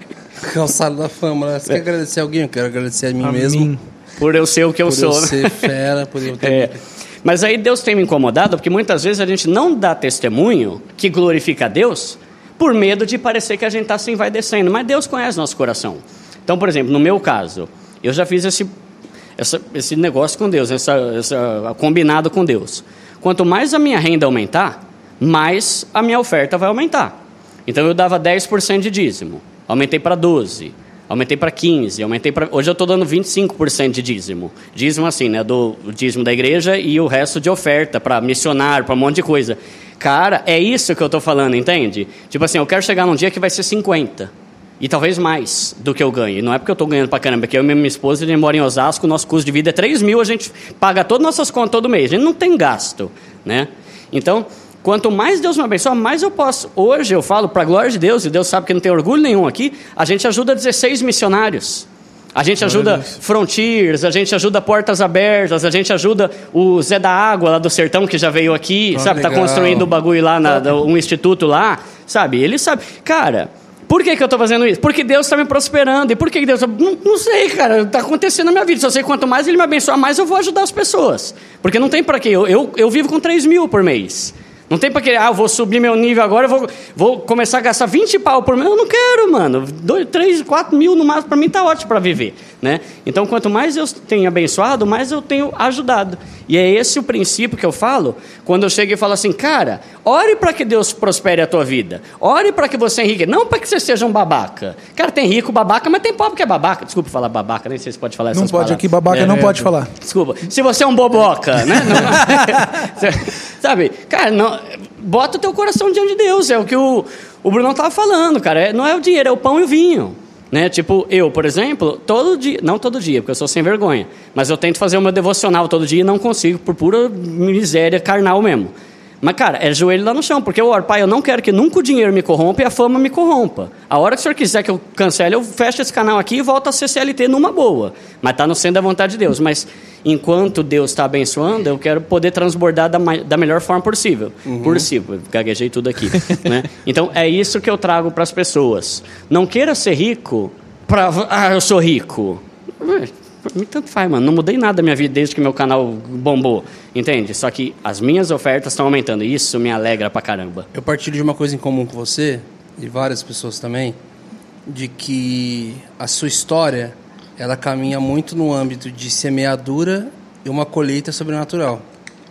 Calçado da fama. Né? Você é. quer agradecer a alguém? Eu quero agradecer a mim a mesmo. Mim. Por eu ser o que eu por sou. Por eu ser fera, por eu ter... É. Mas aí Deus tem me incomodado, porque muitas vezes a gente não dá testemunho que glorifica a Deus por medo de parecer que a gente está se envaidecendo. Mas Deus conhece nosso coração. Então, por exemplo, no meu caso, eu já fiz esse, essa, esse negócio com Deus, essa, essa, combinado com Deus. Quanto mais a minha renda aumentar, mais a minha oferta vai aumentar. Então, eu dava dez por cento de dízimo, aumentei para doze por cento. Aumentei para quinze por cento, aumentei para... Hoje eu estou dando vinte e cinco por cento de dízimo. Dízimo assim, né? Do dízimo da igreja e o resto de oferta para missionário, para um monte de coisa. Cara, é isso que eu estou falando, entende? Tipo assim, eu quero chegar num dia que vai ser cinquenta. E talvez mais do que eu ganhe. Não é porque eu estou ganhando para caramba, porque eu e minha esposa, a gente mora em Osasco, o nosso custo de vida é três mil, a gente paga todas as nossas contas todo mês. A gente não tem gasto, né? Então... Quanto mais Deus me abençoa, mais eu posso. Hoje eu falo, para a glória de Deus, e Deus sabe que não tem orgulho nenhum aqui, a gente ajuda dezesseis missionários. A gente ajuda Frontiers, a gente ajuda Portas Abertas, a gente ajuda o Zé da Água lá do Sertão, que já veio aqui, oh, sabe? Está construindo o bagulho lá, na, um instituto lá, sabe? Ele sabe. Cara, por que, que eu estou fazendo isso? Porque Deus está me prosperando. E por que, que Deus... Não, não sei, cara. Está acontecendo na minha vida. Só sei quanto mais Ele me abençoar, mais eu vou ajudar as pessoas. Porque não tem para quê. Eu, eu, eu vivo com três mil por mês. Não tem pra que, ah, eu vou subir meu nível agora, eu vou, vou começar a gastar vinte pau por mês. Eu não quero, mano. dois, três, quatro mil no máximo, pra mim tá ótimo pra viver, né? Então, quanto mais eu tenho abençoado, mais eu tenho ajudado. E é esse o princípio que eu falo, quando eu chego e falo assim, cara, ore para que Deus prospere a tua vida. Ore para que você enriqueça. Não para que você seja um babaca. Cara, tem rico babaca, mas tem pobre que é babaca. Desculpa falar babaca, nem sei se pode falar essas palavras. Não pode, aqui babaca é, não é, pode é, falar. Desculpa. Se você é um boboca, né? Não, sabe? Cara, não, bota o teu coração diante de Deus. É o que o, o Brunão estava falando, cara. É, não é o dinheiro, é o pão e o vinho. Né? Tipo, eu, por exemplo, todo dia, não todo dia, porque eu sou sem vergonha, mas eu tento fazer o meu devocional todo dia e não consigo, por pura miséria carnal mesmo. Mas, cara, é joelho lá no chão, porque eu oro, pai, eu não quero que nunca o dinheiro me corrompa e a fama me corrompa. A hora que o senhor quiser que eu cancele, eu fecho esse canal aqui e volto a ser C L T numa boa. Mas está no centro da vontade de Deus. Mas, enquanto Deus está abençoando, eu quero poder transbordar da, da melhor forma possível. Uhum. Possível, gaguejei tudo aqui. Né? Então, é isso que eu trago para as pessoas. Não queira ser rico para... Ah, eu sou rico. Pra mim tanto faz, mano. Não mudei nada da minha vida desde que meu canal bombou. Entende? Só que as minhas ofertas estão aumentando. Isso me alegra pra caramba. Eu partilho de uma coisa em comum com você, e várias pessoas também, de que a sua história, ela caminha muito no âmbito de semeadura e uma colheita sobrenatural.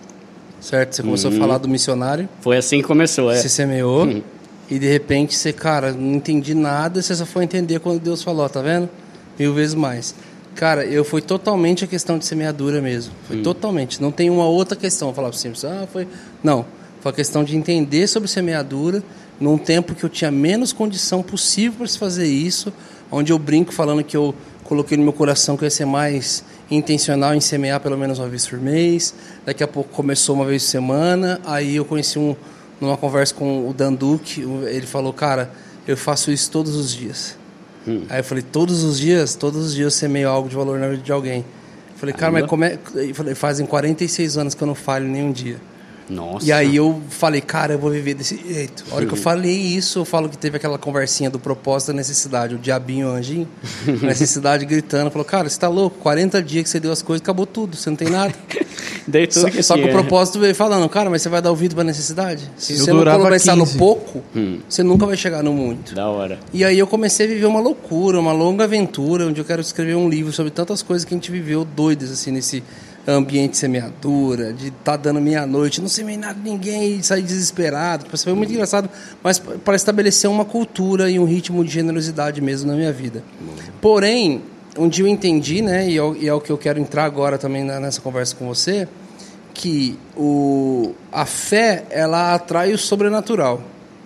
Certo? Você começou uhum. a falar do missionário. Foi assim que começou, é. Você semeou, uhum. e de repente você, cara, não entendi nada, você só foi entender quando Deus falou, tá vendo? Mil vezes mais. Cara, eu fui totalmente a questão de semeadura mesmo. Foi hum. totalmente. Não tem uma outra questão. Eu falava assim, ah, foi... Não. Foi a questão de entender sobre semeadura num tempo que eu tinha menos condição possível para se fazer isso, onde eu brinco falando que eu coloquei no meu coração que eu ia ser mais intencional em semear pelo menos uma vez por mês. Daqui a pouco começou uma vez por semana. Aí eu conheci um... Numa conversa com o Dan Duque, ele falou, cara, eu faço isso todos os dias. Hum. Aí eu falei, todos os dias, todos os dias eu semeio algo de valor na vida de alguém. Eu falei, cara, mas como é... Eu falei, fazem quarenta e seis anos que eu não falho nenhum dia. Nossa. E aí eu falei, cara, eu vou viver desse jeito. A hora que eu falei isso, eu falo que teve aquela conversinha do propósito da necessidade. O diabinho, o anjinho, a necessidade gritando. Falou, cara, você tá louco? quarenta dias que você deu as coisas, acabou tudo. Você não tem nada. Dei tudo só que só que é. o propósito veio falando, cara, mas você vai dar ouvido pra necessidade? Se eu você não começar no pouco, hum. você nunca vai chegar no muito. Da hora. E aí eu comecei a viver uma loucura, uma longa aventura, onde eu quero escrever um livro sobre tantas coisas que a gente viveu doidas, assim, nesse... ambiente de semeadura, de estar tá dando meia-noite, não semei nada de ninguém e sair desesperado. Isso foi muito engraçado, mas para estabelecer uma cultura e um ritmo de generosidade mesmo na minha vida. Porém, um dia eu entendi, né, e é, e é o que eu quero entrar agora também nessa conversa com você, que o, a fé, ela atrai o sobrenatural.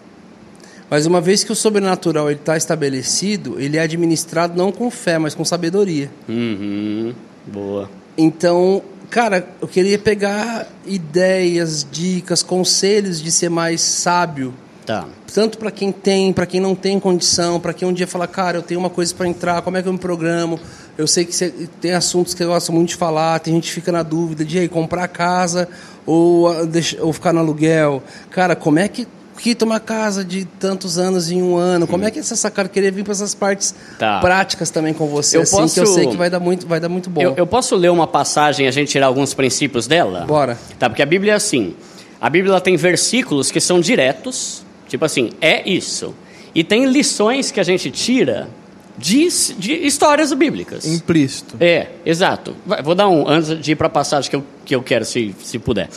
Mas uma vez que o sobrenatural está estabelecido, ele é administrado não com fé, mas com sabedoria. Uhum. Boa. Então, cara, eu queria pegar ideias, dicas, conselhos de ser mais sábio. Tá. Tanto para quem tem, para quem não tem condição, para quem um dia fala, cara, eu tenho uma coisa para entrar, como é que eu me programo? Eu sei que você tem assuntos que eu gosto muito de falar, tem gente que fica na dúvida de aí, comprar casa ou, ou ficar no aluguel. Cara, como é que quita uma casa de tantos anos em um ano? Como hum. é que essa cara queria vir para essas partes tá. práticas também com você? Eu assim, posso... que eu sei que vai dar muito, vai dar muito bom. Eu, eu posso ler uma passagem e a gente tirar alguns princípios dela? Bora. Tá, porque a Bíblia é assim. A Bíblia ela tem versículos que são diretos, tipo assim, é isso. E tem lições que a gente tira de, de histórias bíblicas. Implícito. É, exato. Vou dar um, antes de ir para a passagem que eu, que eu quero, se, se puder.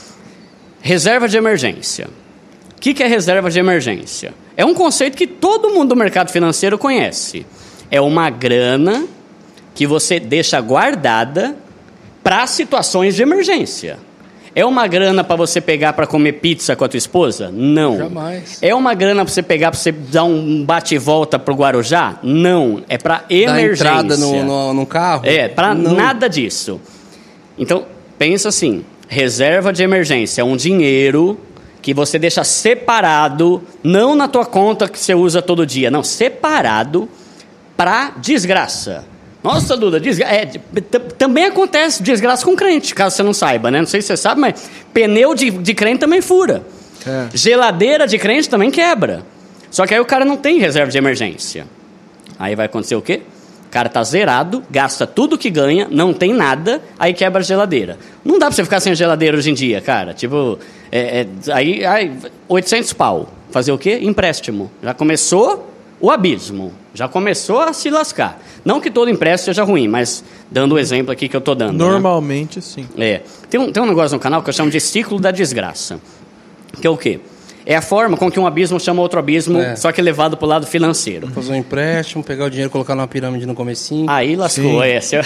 Reserva de emergência. O que, que é reserva de emergência? É um conceito que todo mundo do mercado financeiro conhece. É uma grana que você deixa guardada para situações de emergência. É uma grana para você pegar para comer pizza com a tua esposa? Não. Jamais. É uma grana para você pegar para você dar um bate e volta pro Guarujá? Não. É para emergência. Dar entrada no, no, no carro? É, para nada disso. Então, pensa assim, reserva de emergência é um dinheiro que você deixa separado, não na tua conta que você usa todo dia, não, separado para desgraça. Nossa, Duda, desgra... é, também acontece desgraça com crente, caso você não saiba, né? Não sei se você sabe, mas pneu de, de crente também fura. É. Geladeira de crente também quebra. Só que aí o cara não tem reserva de emergência. Aí vai acontecer o quê? O cara tá zerado, gasta tudo que ganha, não tem nada, aí quebra a geladeira. Não dá pra você ficar sem geladeira hoje em dia, cara. Tipo, é, é, aí, aí oitocentos pau. Fazer o quê? Empréstimo. Já começou o abismo. Já começou a se lascar. Não que todo empréstimo seja ruim, mas dando o exemplo aqui que eu tô dando. Normalmente, né? Sim. É. Tem um, tem um negócio no canal que eu chamo de ciclo da desgraça. Que é o quê? É a forma com que um abismo chama outro abismo, é. só que levado pro lado financeiro. Fazer um empréstimo, pegar o dinheiro e colocar numa pirâmide no comecinho. Aí lascou, é. Se eu...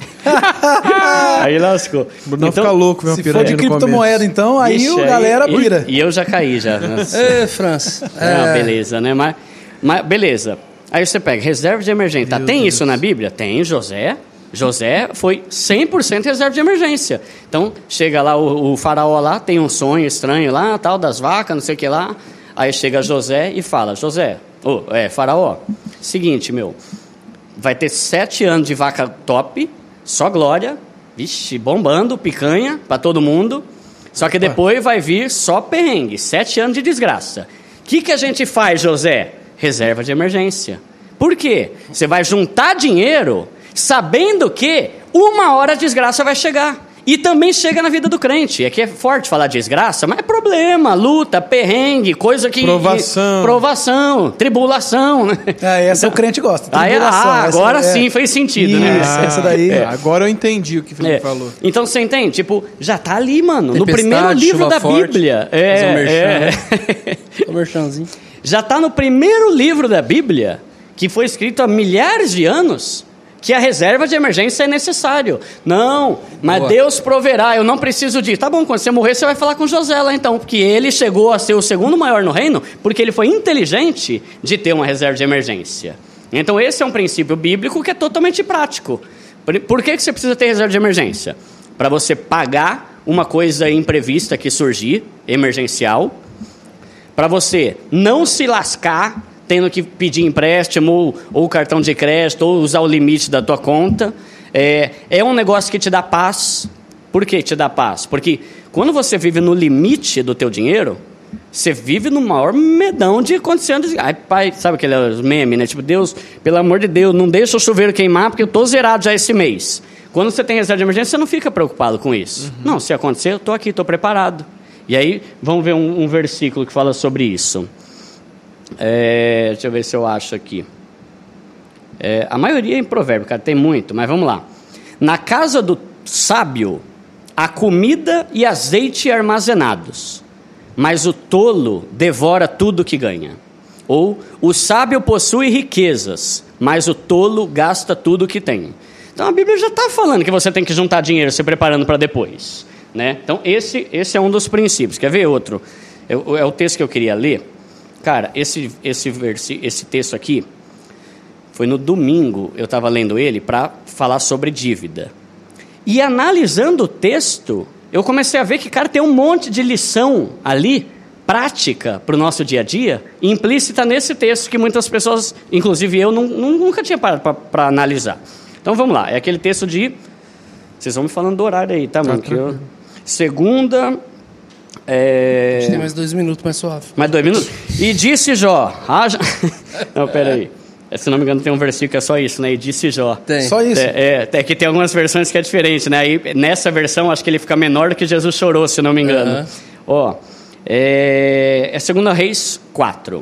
aí lascou. Não então, fica louco ver uma se pirâmide for de criptomoeda, então, aí Ixi, o galera aí, pira. E, e eu já caí, já. Ê, França. É, é. beleza, né? Mas, mas, beleza. Aí você pega, reserva de emergência. Tá, tem Deus. Isso na Bíblia? Tem, José... José foi cem por cento reserva de emergência. Então, chega lá, o, o faraó lá, tem um sonho estranho lá, tal, das vacas, não sei o que lá. Aí chega José e fala, José, oh, é, faraó, seguinte, meu, vai ter sete anos de vaca top, só glória, vixe, bombando, picanha pra todo mundo. Só que depois vai vir só perrengue, sete anos de desgraça. O que, que a gente faz, José? Reserva de emergência. Por quê? Você vai juntar dinheiro... sabendo que uma hora a desgraça vai chegar. E também chega na vida do crente. É que é forte falar desgraça, mas é problema, luta, perrengue, coisa que... Provação. Que, provação, tribulação, né? É, essa então, o crente gosta. Aí, ah, agora essa, sim é... fez sentido, Isso, né? Ah, essa daí... É. Agora eu entendi o que o Felipe é. falou. Então, você entende? Tipo, já tá ali, mano. Tempestade, no primeiro livro da forte, Bíblia. É, um é. Um merchanzinho. Já tá no primeiro livro da Bíblia, que foi escrito há milhares de anos... que a reserva de emergência é necessário. Não, mas Boa. Deus proverá, eu não preciso disso. Tá bom, quando você morrer, você vai falar com José lá então, porque ele chegou a ser o segundo maior no reino, porque ele foi inteligente de ter uma reserva de emergência. Então esse é um princípio bíblico que é totalmente prático. Por, por que, que você precisa ter reserva de emergência? Para você pagar uma coisa imprevista que surgir, emergencial, para você não se lascar tendo que pedir empréstimo, ou, ou cartão de crédito, ou usar o limite da tua conta. É, é um negócio que te dá paz. Por que te dá paz? Porque quando você vive no limite do teu dinheiro, você vive no maior medão de acontecendo. Ai, pai, sabe aquele meme, né? Tipo, Deus, pelo amor de Deus, não deixa o chuveiro queimar, porque eu tô zerado já esse mês. Quando você tem reserva de emergência, você não fica preocupado com isso. Uhum. Não, se acontecer, eu tô aqui, tô preparado. E aí, vamos ver um, um versículo que fala sobre isso. É, deixa eu ver se eu acho aqui. É, a maioria é em provérbio, cara, tem muito, mas vamos lá. Na casa do sábio há comida e azeite armazenados, mas o tolo devora tudo que ganha. Ou, o sábio possui riquezas, mas o tolo gasta tudo que tem. Então a Bíblia já está falando que você tem que juntar dinheiro se preparando para depois, né? Então esse, esse é um dos princípios. Quer ver outro? É, é o texto que eu queria ler. Cara, esse, esse, versi, esse texto aqui, foi no domingo, eu estava lendo ele para falar sobre dívida. E analisando o texto, eu comecei a ver que, cara, tem um monte de lição ali, prática para o nosso dia a dia, implícita nesse texto que muitas pessoas, inclusive eu, não, não, nunca tinha parado para analisar. Então vamos lá, é aquele texto de... Vocês vão me falando do horário aí, tá, mano? Que eu, segunda... É... A gente tem mais dois minutos, mais suave. Mais dois minutos? E disse Jó... Ah, já... Não, peraí. Se não me engano, tem um versículo que é só isso, né? E disse Jó. Tem. Só isso? É, é, é que tem algumas versões que é diferente, né? Aí, nessa versão, acho que ele fica menor do que Jesus chorou, se não me engano. Ó, uhum. é, é segunda Reis quatro.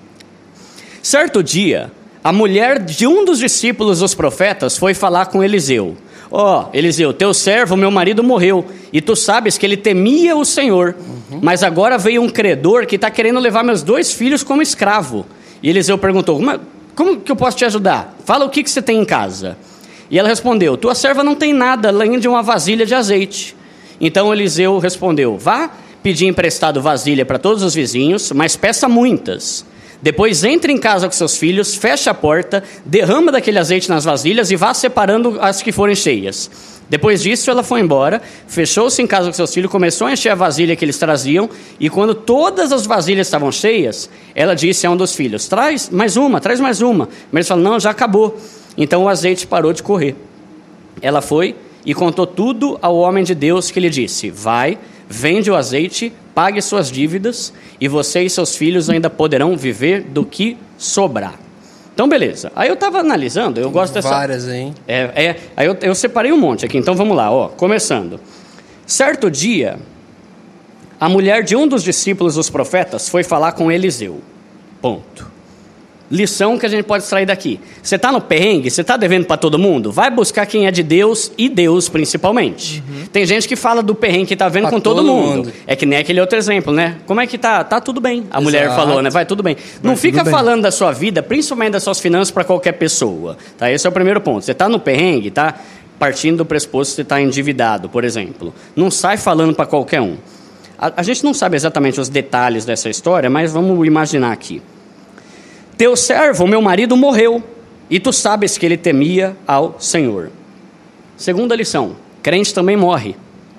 Certo dia, a mulher de um dos discípulos dos profetas foi falar com Eliseu. Ó, oh, Eliseu, teu servo, meu marido, morreu, e tu sabes que ele temia o Senhor, uhum. mas agora veio um credor que está querendo levar meus dois filhos como escravo. E Eliseu perguntou, como, como que eu posso te ajudar? Fala o que, que você tem em casa. E ela respondeu, tua serva não tem nada, além de uma vasilha de azeite. Então Eliseu respondeu, vá pedir emprestado vasilha para todos os vizinhos, mas peça muitas. Depois entre em casa com seus filhos, feche a porta, derrama daquele azeite nas vasilhas e vá separando as que forem cheias. Depois disso, ela foi embora, fechou-se em casa com seus filhos, começou a encher a vasilha que eles traziam, e quando todas as vasilhas estavam cheias, ela disse a um dos filhos, traz mais uma, traz mais uma. Mas eles falaram, não, já acabou. Então o azeite parou de correr. Ela foi e contou tudo ao homem de Deus, que lhe disse, vai, vende o azeite, pague suas dívidas, e você e seus filhos ainda poderão viver do que sobrar. Então, beleza. Aí eu estava analisando, eu Tem gosto dessa... várias, hein? É, é, aí eu, eu separei um monte aqui, então vamos lá, ó, começando. Certo dia, a mulher de um dos discípulos dos profetas foi falar com Eliseu. Ponto. Lição que a gente pode extrair daqui. Você está no perrengue, você está devendo para todo mundo? Vai buscar quem é de Deus e Deus principalmente. Uhum. Tem gente que fala do perrengue que está vendo pra com todo, todo mundo. mundo. É que nem aquele outro exemplo, né? Como é que tá? Tá tudo bem. A Exato. mulher falou, né? Vai tudo bem. Vai Não fica bem. falando da sua vida, principalmente das suas finanças, para qualquer pessoa. Tá? Esse é o primeiro ponto. Você está no perrengue, tá? Partindo do pressuposto que você está endividado, por exemplo. Não sai falando para qualquer um. A, a gente não sabe exatamente os detalhes dessa história, mas vamos imaginar aqui. Teu servo, meu marido, morreu, e tu sabes que ele temia ao Senhor. Segunda lição, crente também morre.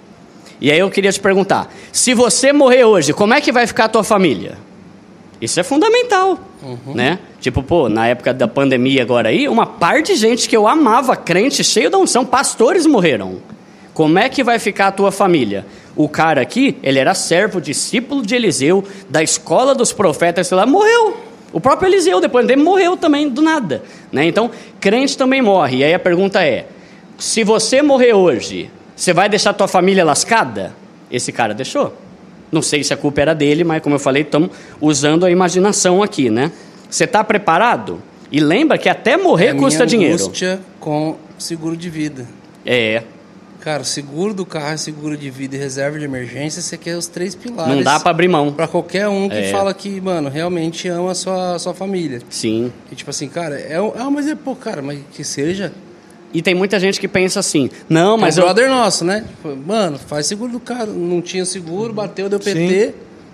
E aí eu queria te perguntar, se você morrer hoje, como é que vai ficar a tua família? Isso é fundamental, uhum. né? Tipo, pô, na época da pandemia agora aí, uma par de gente que eu amava, crente, cheio da unção, pastores morreram. Como é que vai ficar a tua família? O cara aqui, ele era servo, discípulo de Eliseu, da escola dos profetas, sei lá, morreu. O próprio Eliseu, depois dele, morreu também do nada. Né? Então, crente também morre. E aí a pergunta é, se você morrer hoje, você vai deixar a tua família lascada? Esse cara deixou. Não sei se a culpa era dele, mas como eu falei, estamos usando a imaginação aqui, né? Você está preparado? E lembra que até morrer é custa dinheiro. Angústia com seguro de vida. É. Cara, seguro do carro, seguro de vida e reserva de emergência, você quer os três pilares. Não dá pra abrir mão. Pra qualquer um que é. fala que, mano, realmente ama a sua, a sua família. Sim. E tipo assim, cara, é, ah, mas é, pô, cara, mas que seja. E tem muita gente que pensa assim, não, mas... É um eu... brother nosso, né? Tipo, mano, faz seguro do carro. Não tinha seguro, bateu, deu P T.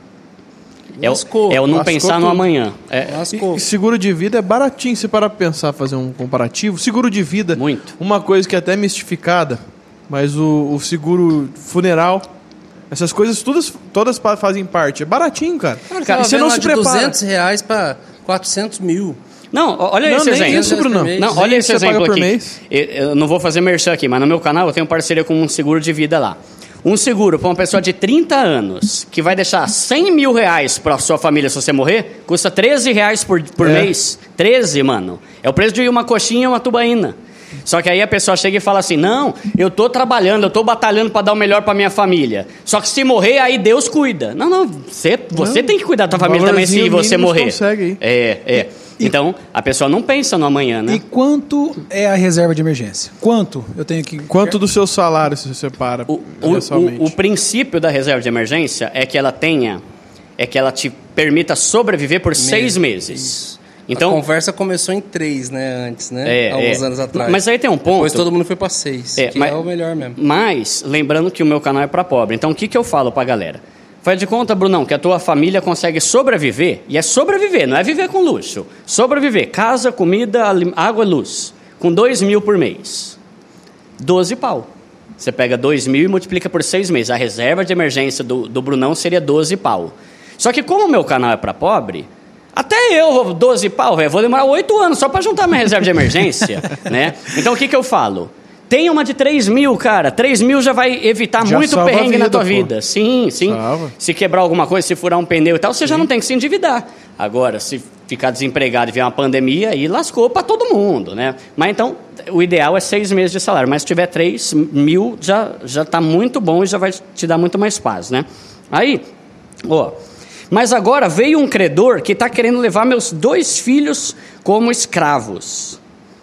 É o, é o não Lascou pensar tudo. no amanhã. É. E, e seguro de vida é baratinho, se parar pra pensar, fazer um comparativo. Seguro de vida, Muito. Uma coisa que é até mistificada, mas o, o seguro funeral, essas coisas todas, todas fazem parte. É baratinho, cara. Cara, cara e você não se prepara. De duzentos reais pra quatrocentos mil. Não, olha não, esse nem exemplo. Isso, Bruno. Não, olha esse exemplo aqui. Eu, eu não vou fazer merchan aqui, mas no meu canal eu tenho parceria com um seguro de vida lá. Um seguro para uma pessoa de trinta anos, que vai deixar cem mil reais para sua família se você morrer, custa treze reais por, por é. mês. treze, mano. É o preço de uma coxinha e uma tubaína. Só que aí a pessoa chega e fala assim, não, eu tô trabalhando, eu tô batalhando para dar o melhor para minha família. Só que se morrer, aí Deus cuida. Não, não, você, você não, tem que cuidar da tua família também se você morrer. Consegue. É, é. E, então, a pessoa não pensa no amanhã, né? E quanto é a reserva de emergência? Quanto eu tenho que... Quanto do seu salário se separa o, o, o, o princípio da reserva de emergência é que ela tenha, é que ela te permita sobreviver por Mesmo. seis meses. Então, a conversa começou em três, né, antes, né? É, Há uns é. anos atrás. Mas aí tem um ponto... Depois todo mundo foi para seis, é, que mas, é o melhor mesmo. Mas, lembrando que o meu canal é para pobre. Então, o que, que eu falo pra galera? Faz de conta, Brunão, que a tua família consegue sobreviver, e é sobreviver, não é viver com luxo. Sobreviver, casa, comida, água e luz, com dois mil por mês. doze pau. Você pega dois mil e multiplica por seis meses. A reserva de emergência do, do Brunão seria doze pau. Só que como o meu canal é para pobre, até eu, doze pau, véio, vou demorar oito anos só para juntar minha reserva de emergência, né? Então, o que, que eu falo? Tem uma de três mil, cara. três mil já vai evitar já muito perrengue vida, na tua pô. vida. Sim, sim. Salva. Se quebrar alguma coisa, se furar um pneu e tal, você sim. já não tem que se endividar. Agora, se ficar desempregado e vier uma pandemia, aí lascou para todo mundo, né? Mas então, o ideal é seis meses de salário. Mas se tiver três mil, já, já tá muito bom e já vai te dar muito mais paz, né? Aí, ó... Mas agora veio um credor que está querendo levar meus dois filhos como escravos.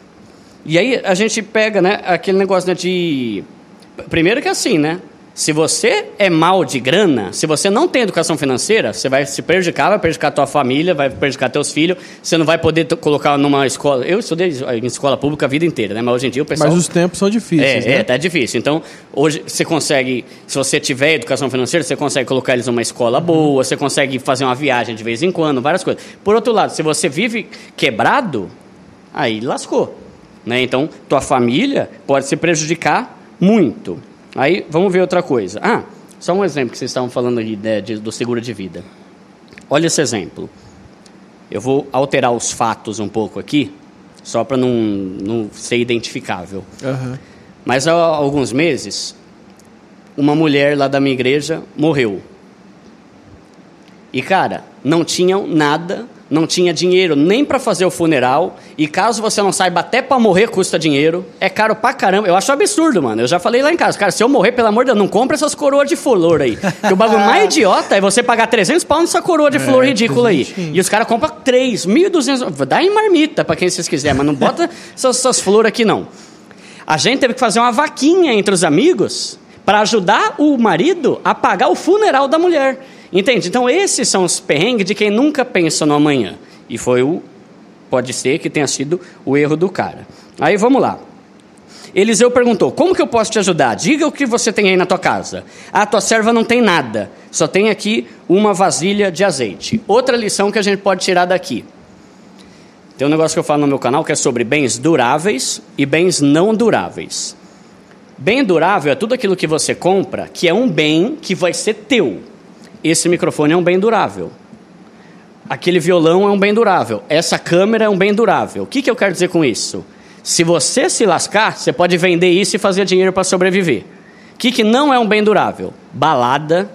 E aí a gente pega, né, aquele negócio, né, de... Primeiro que é assim, né? Se você é mal de grana, se você não tem educação financeira, você vai se prejudicar, vai prejudicar a tua família, vai prejudicar teus filhos, você não vai poder t- colocar numa escola... Eu estudei em escola pública a vida inteira, né? Mas hoje em dia o pessoal... Mas os tempos são difíceis, é, né? É, tá difícil. Então, hoje você consegue, se você tiver educação financeira, você consegue colocar eles numa escola boa, você consegue fazer uma viagem de vez em quando, várias coisas. Por outro lado, se você vive quebrado, aí lascou, né? Então, tua família pode se prejudicar muito. Aí, vamos ver outra coisa. Ah, só um exemplo que vocês estavam falando aí, né, de, do seguro de vida. Olha esse exemplo. Eu vou alterar os fatos um pouco aqui, só para não, não ser identificável. Uhum. Mas há alguns meses, uma mulher lá da minha igreja morreu. E, cara, não tinham nada, não tinha dinheiro nem para fazer o funeral. E caso você não saiba, até para morrer custa dinheiro. É caro pra caramba. Eu acho absurdo, mano. Eu já falei lá em casa. Cara, se eu morrer, pelo amor de Deus, não compra essas coroas de flor aí. Porque o bagulho mais idiota é você pagar trezentos pau nessa coroa de flor é, ridícula aí. E os caras compram três mil e duzentos. Dá em marmita pra quem vocês quiserem, mas não bota essas, essas flores aqui, não. A gente teve que fazer uma vaquinha entre os amigos para ajudar o marido a pagar o funeral da mulher. Entende? Então, esses são os perrengues de quem nunca pensa no amanhã. E foi o... Pode ser que tenha sido o erro do cara. Aí, vamos lá. Eliseu perguntou, como que eu posso te ajudar? Diga o que você tem aí na tua casa. Ah, tua serva não tem nada. Só tem aqui uma vasilha de azeite. Outra lição que a gente pode tirar daqui. Tem um negócio que eu falo no meu canal que é sobre bens duráveis e bens não duráveis. Bem durável é tudo aquilo que você compra, que é um bem que vai ser teu. Esse microfone é um bem durável. Aquele violão é um bem durável. Essa câmera é um bem durável. O que, que eu quero dizer com isso? Se você se lascar, você pode vender isso e fazer dinheiro para sobreviver. O que, que não é um bem durável? Balada.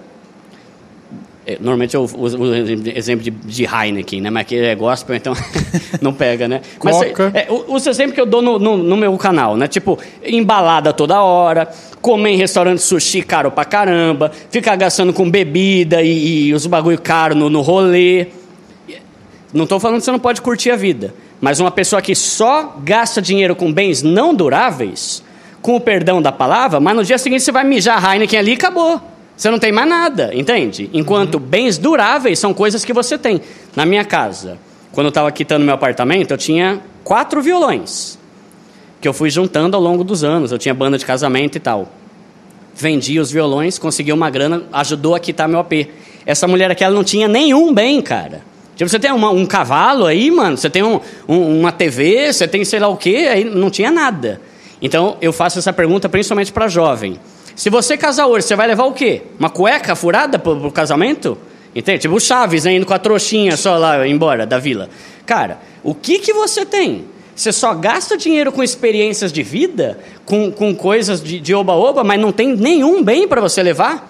É, normalmente eu uso o exemplo de, de Heineken, né? Mas aqui é gospel, então não pega, né? Mas é, os exemplos que eu dou no, no, no meu canal, né? Tipo, embalada toda hora, comer em restaurante sushi caro pra caramba, ficar gastando com bebida e, e os bagulho caro no, no rolê. Não tô falando que você não pode curtir a vida, mas uma pessoa que só gasta dinheiro com bens não duráveis, com o perdão da palavra, mas no dia seguinte você vai mijar Heineken ali e acabou. Você não tem mais nada, entende? Enquanto uhum. bens duráveis são coisas que você tem. Na minha casa, quando eu estava quitando meu apartamento, eu tinha quatro violões, que eu fui juntando ao longo dos anos. Eu tinha banda de casamento e tal. Vendi os violões, consegui uma grana, ajudou a quitar meu A P. Essa mulher aqui, ela não tinha nenhum bem, cara. Tipo, você tem uma, um cavalo aí, mano, você tem um, um, uma T V, você tem sei lá o quê, aí não tinha nada. Então, eu faço essa pergunta principalmente para jovem. Se você casar hoje, você vai levar o quê? Uma cueca furada pro, pro casamento? Entende? Tipo o Chaves, né, indo com a trouxinha só lá embora da vila. Cara, o que que você tem? Você só gasta dinheiro com experiências de vida, com, com coisas de, de oba-oba, mas não tem nenhum bem para você levar?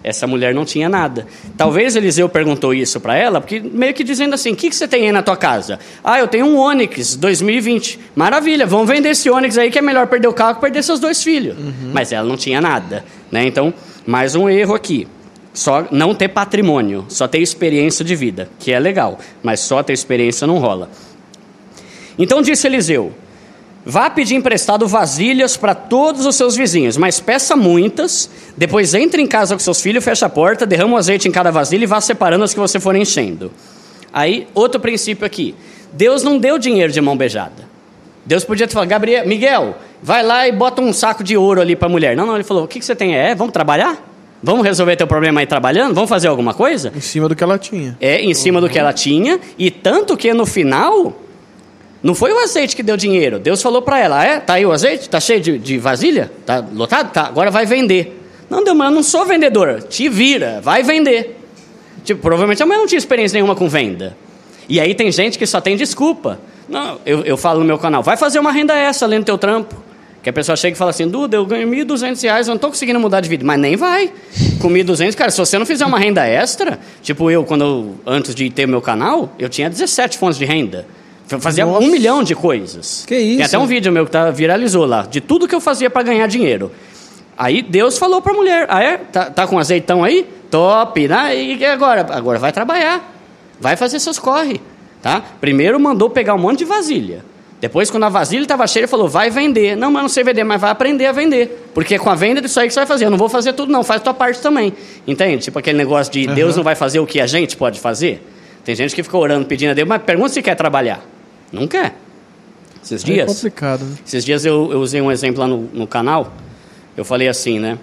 essa mulher não tinha nada. Talvez Eliseu perguntou isso para ela, porque meio que dizendo assim, o que, que você tem aí na tua casa? Ah, eu tenho um Onix dois mil e vinte. Maravilha, vamos vender esse Onix aí que é melhor perder o carro que perder seus dois filhos. Uhum. Mas ela não tinha nada, né? Então, mais um erro aqui. Só não ter patrimônio, só ter experiência de vida, que é legal, mas só ter experiência não rola. Então disse Eliseu, vá pedir emprestado vasilhas para todos os seus vizinhos, mas peça muitas, depois entre em casa com seus filhos, fecha a porta, derrama o azeite em cada vasilha e vá separando as que você for enchendo. Aí, outro princípio aqui, Deus não deu dinheiro de mão beijada. Deus podia ter falado, Gabriel, Miguel, vai lá e bota um saco de ouro ali para a mulher. Não, não, ele falou, o que, que você tem? É, vamos trabalhar? Vamos resolver teu problema aí trabalhando? Vamos fazer alguma coisa? Em cima do que ela tinha. É, em cima uhum. do que ela tinha. E tanto que no final, não foi o azeite que deu dinheiro. Deus falou para ela, é, tá aí o azeite? Tá cheio de, de vasilha? Tá lotado? Tá, agora vai vender. Não, Deus, mas eu não sou vendedor. Te vira, vai vender. Tipo, provavelmente a mulher não tinha experiência nenhuma com venda. E aí tem gente que só tem desculpa. Não, eu, eu falo no meu canal, vai fazer uma renda extra além do teu trampo. Que a pessoa chega e fala assim, Duda, eu ganho mil e duzentos reais, eu não estou conseguindo mudar de vida. Mas nem vai. Com mil e duzentos, cara, se você não fizer uma renda extra, tipo eu, quando eu, antes de ter meu canal, eu tinha dezessete fontes de renda. Eu fazia Nossa. um milhão de coisas. Que isso? Tem até um vídeo meu que tá, viralizou lá, de tudo que eu fazia para ganhar dinheiro. Aí Deus falou para a mulher, ah é? Tá, tá com azeitão aí? Top, né? E agora? Agora vai trabalhar. Vai fazer seus corre, tá? Primeiro mandou pegar um monte de vasilha. Depois, quando a vasilha estava cheia, ele falou, vai vender. Não, mas não sei vender, mas vai aprender a vender. Porque com a venda disso aí que você vai fazer. Eu não vou fazer tudo, não. Faz a tua parte também. Entende? Tipo aquele negócio de uhum. Deus não vai fazer o que a gente pode fazer. Tem gente que fica orando, pedindo a Deus, mas pergunta se quer trabalhar. Não quer. Esses dias... É complicado, né? Esses dias eu, eu usei um exemplo lá no, no canal. Eu falei assim, né?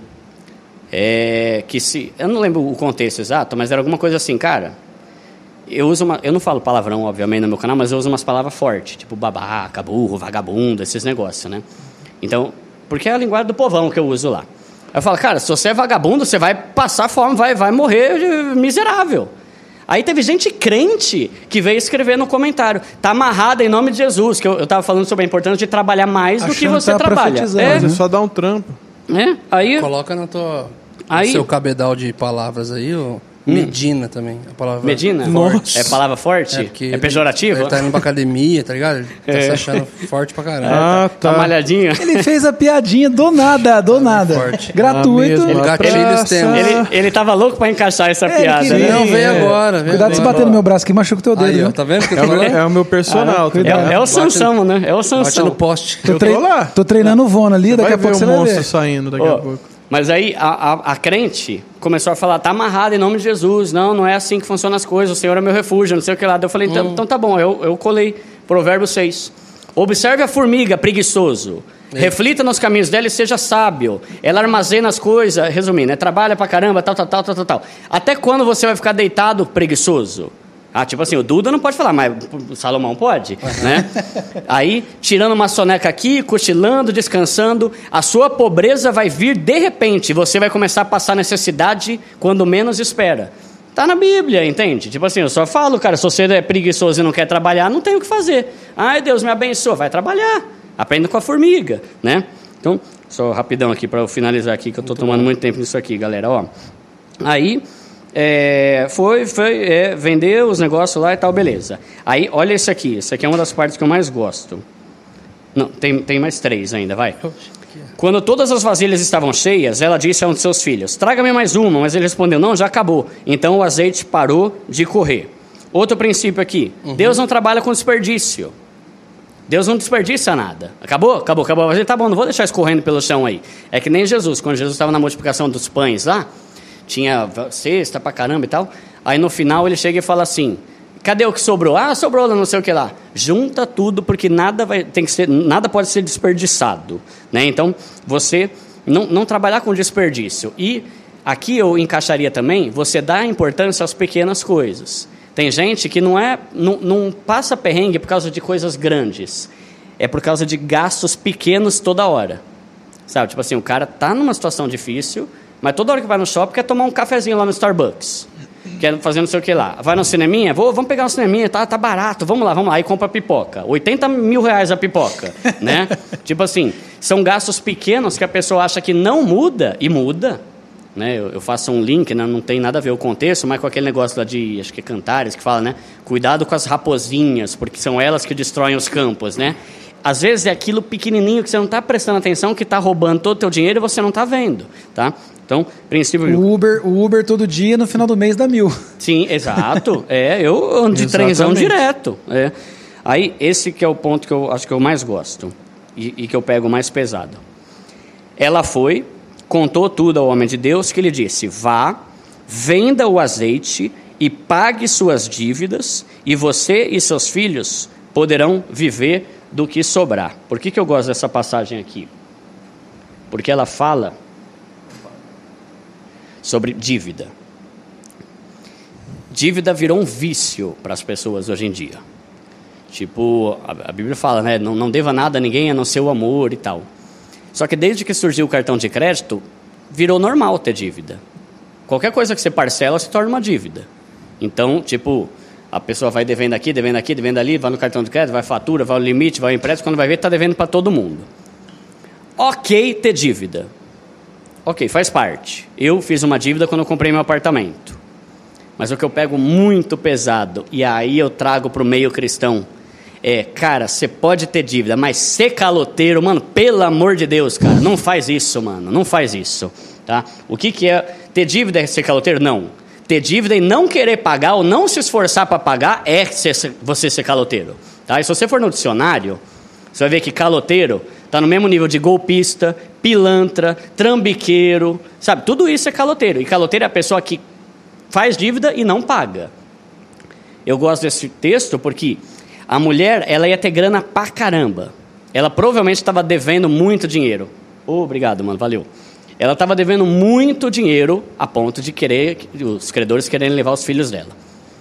É, que se... Eu não lembro o contexto exato, mas era alguma coisa assim, cara... Eu uso uma, eu não falo palavrão, obviamente, no meu canal, mas eu uso umas palavras fortes, tipo babaca, burro, vagabundo, esses negócios, né? Então, porque é a linguagem do povão que eu uso lá. Aí eu falo, cara, se você é vagabundo, você vai passar fome, vai, vai morrer miserável. Aí teve gente crente que veio escrever no comentário, tá amarrada em nome de Jesus, que eu, eu tava falando sobre a importância de trabalhar mais Achando do que você tá trabalha. É, é só dar um trampo. É, aí... Coloca no, tua, aí, no seu cabedal de palavras aí, ó. Medina hum. também, a palavra Medina? Forte. É palavra forte? É, é pejorativo? Ele, ele tá indo pra academia, tá ligado? Ele tá é. se achando forte pra caramba. Ah, tá. Tá malhadinho. Ele fez a piadinha do nada, do nada. Forte. Gratuito. Ele gatilhos temos. Ele, ele tava louco pra encaixar essa é, piada. Ele né? não, veio é. agora. Veio Cuidado de se bater no meu braço que machuca o teu dedo. Aí, ó, tá vendo? É o, meu, é o meu personal. Ah, é, é o Sansão, né? É o Sansão. Bate no poste. Tô, tre lá. Tô treinando o Vona ali, daqui a pouco você vai ver. Vai ver o monstro saindo daqui oh. a pouco. Mas aí a, a, a crente começou a falar, tá amarrado em nome de Jesus, não, não é assim que funcionam as coisas, o Senhor é meu refúgio, não sei o que lá. Eu falei, então, hum. então tá bom, eu, eu colei Provérbios seis. Observe a formiga, preguiçoso, é. reflita nos caminhos dela e seja sábio. Ela armazena as coisas, resumindo, né? Trabalha pra caramba, tal, tal, tal, tal, tal, tal. Até quando você vai ficar deitado preguiçoso? Ah, tipo assim, o Duda não pode falar, mas o Salomão pode, né? Aí, tirando uma soneca aqui, cochilando, descansando, a sua pobreza vai vir de repente. Você vai começar a passar necessidade quando menos espera. Tá na Bíblia, entende? Tipo assim, eu só falo, cara, se você é preguiçoso e não quer trabalhar, não tem o que fazer. Ai, Deus me abençoa, vai trabalhar. Aprenda com a formiga, né? Então, só rapidão aqui para eu finalizar aqui, que eu tô tomando muito tempo nisso aqui, galera, ó. Aí... É, foi, foi é, vender os negócios lá e tal, beleza. Aí, olha isso aqui. Isso aqui é uma das partes que eu mais gosto. Não, tem, tem mais três ainda, vai. Quando todas as vasilhas estavam cheias, ela disse a um de seus filhos, traga-me mais uma. Mas ele respondeu, não, já acabou. Então o azeite parou de correr. Outro princípio aqui. Uhum. Deus não trabalha com desperdício. Deus não desperdiça nada. Acabou? Acabou, acabou. A gente tá bom, não vou deixar escorrendo pelo chão aí. É que nem Jesus. Quando Jesus estava na multiplicação dos pães lá, tinha cesta pra caramba e tal. Aí no final ele chega e fala assim, cadê o que sobrou? Ah, sobrou não sei o que lá. Junta tudo porque nada, vai, tem que ser, nada pode ser desperdiçado, né? Então, você não, não trabalhar com desperdício. E aqui eu encaixaria também, você dá importância às pequenas coisas. Tem gente que não, é, não, não passa perrengue por causa de coisas grandes. É por causa de gastos pequenos toda hora. Sabe? Tipo assim, o cara tá numa situação difícil... Mas toda hora que vai no shopping quer tomar um cafezinho lá no Starbucks. Quer fazer não sei o que lá. Vai no cineminha? Vou, vamos pegar um cineminha, tá, tá barato, vamos lá, vamos lá. Aí compra pipoca. oitenta mil reais a pipoca, né? Tipo assim, são gastos pequenos que a pessoa acha que não muda, e muda. né? Eu, eu faço um link, né? Não tem nada a ver o contexto, mas com aquele negócio lá de, acho que é Cantares, que fala, né? Cuidado com as raposinhas, porque são elas que destroem os campos, né? Às vezes é aquilo pequenininho que você não está prestando atenção, que está roubando todo o teu dinheiro e você não está vendo, tá? Então, princípio... O Uber, o Uber todo dia, no final do mês dá mil. Sim, exato. É, eu ando de trenzão direto. É. Aí, esse que é o ponto que eu acho que eu mais gosto e, e que eu pego mais pesado. Ela foi, contou tudo ao homem de Deus, que lhe disse, vá, venda o azeite e pague suas dívidas, e você e seus filhos poderão viver do que sobrar. Por que, que eu gosto dessa passagem aqui? Porque ela fala sobre dívida. Dívida virou um vício para as pessoas hoje em dia. Tipo, a, a Bíblia fala, né? Não, não deva nada a ninguém a não ser o amor e tal. Só que desde que surgiu o cartão de crédito, virou normal ter dívida. Qualquer coisa que você parcela se torna uma dívida. Então, tipo... A pessoa vai devendo aqui, devendo aqui, devendo ali, vai no cartão de crédito, vai fatura, vai ao limite, vai ao empréstimo, quando vai ver, está devendo para todo mundo. Ok ter dívida. Ok, faz parte. Eu fiz uma dívida quando eu comprei meu apartamento. Mas o que eu pego muito pesado, e aí eu trago para o meio cristão, é, cara, você pode ter dívida, mas ser caloteiro, mano, pelo amor de Deus, cara, não faz isso, mano, não faz isso. Tá? O que, que é ter dívida é ser caloteiro? Não. Ter dívida e não querer pagar ou não se esforçar para pagar é ser, você ser caloteiro. Tá? E se você for no dicionário, você vai ver que caloteiro está no mesmo nível de golpista, pilantra, trambiqueiro, sabe? Tudo isso é caloteiro. E caloteiro é a pessoa que faz dívida e não paga. Eu gosto desse texto porque a mulher, ela ia ter grana pra caramba. Ela provavelmente estava devendo muito dinheiro. Oh, obrigado, mano, valeu. Ela estava devendo muito dinheiro a ponto de querer, os credores quererem levar os filhos dela.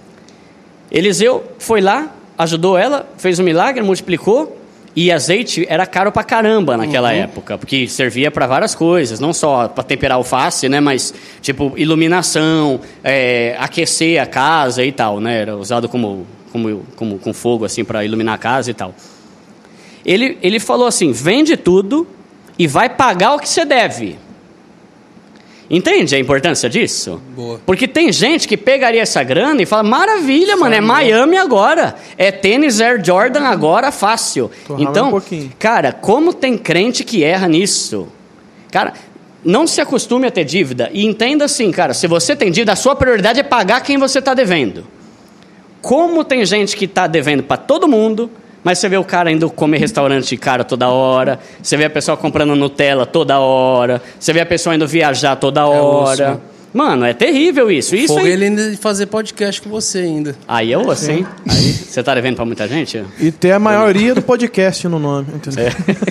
Eliseu foi lá, ajudou ela, fez um milagre, multiplicou, e azeite era caro pra caramba naquela uhum. época, porque servia para várias coisas, não só para temperar alface, né, mas tipo iluminação, é, aquecer a casa e tal, né, era usado como, como, como com fogo assim para iluminar a casa e tal. Ele, ele falou assim, vende tudo e vai pagar o que você deve. Entende a importância disso? Boa. Porque tem gente que pegaria essa grana e fala, maravilha, mano, é Miami agora. É tênis Air Jordan agora, fácil. Então, um cara, como tem crente que erra nisso? Cara, não se acostume a ter dívida. E entenda assim, cara, se você tem dívida, a sua prioridade é pagar quem você está devendo. Como tem gente que está devendo para todo mundo... Mas você vê o cara indo comer restaurante caro toda hora, você vê a pessoa comprando Nutella toda hora, você vê a pessoa indo viajar toda hora. É osso. Mano, é terrível isso. isso Fogo aí... ele ainda fazer podcast com você ainda. Aí é osso, hein? Aí, você tá devendo pra muita gente? E ter a maioria do podcast no nome. Entendeu?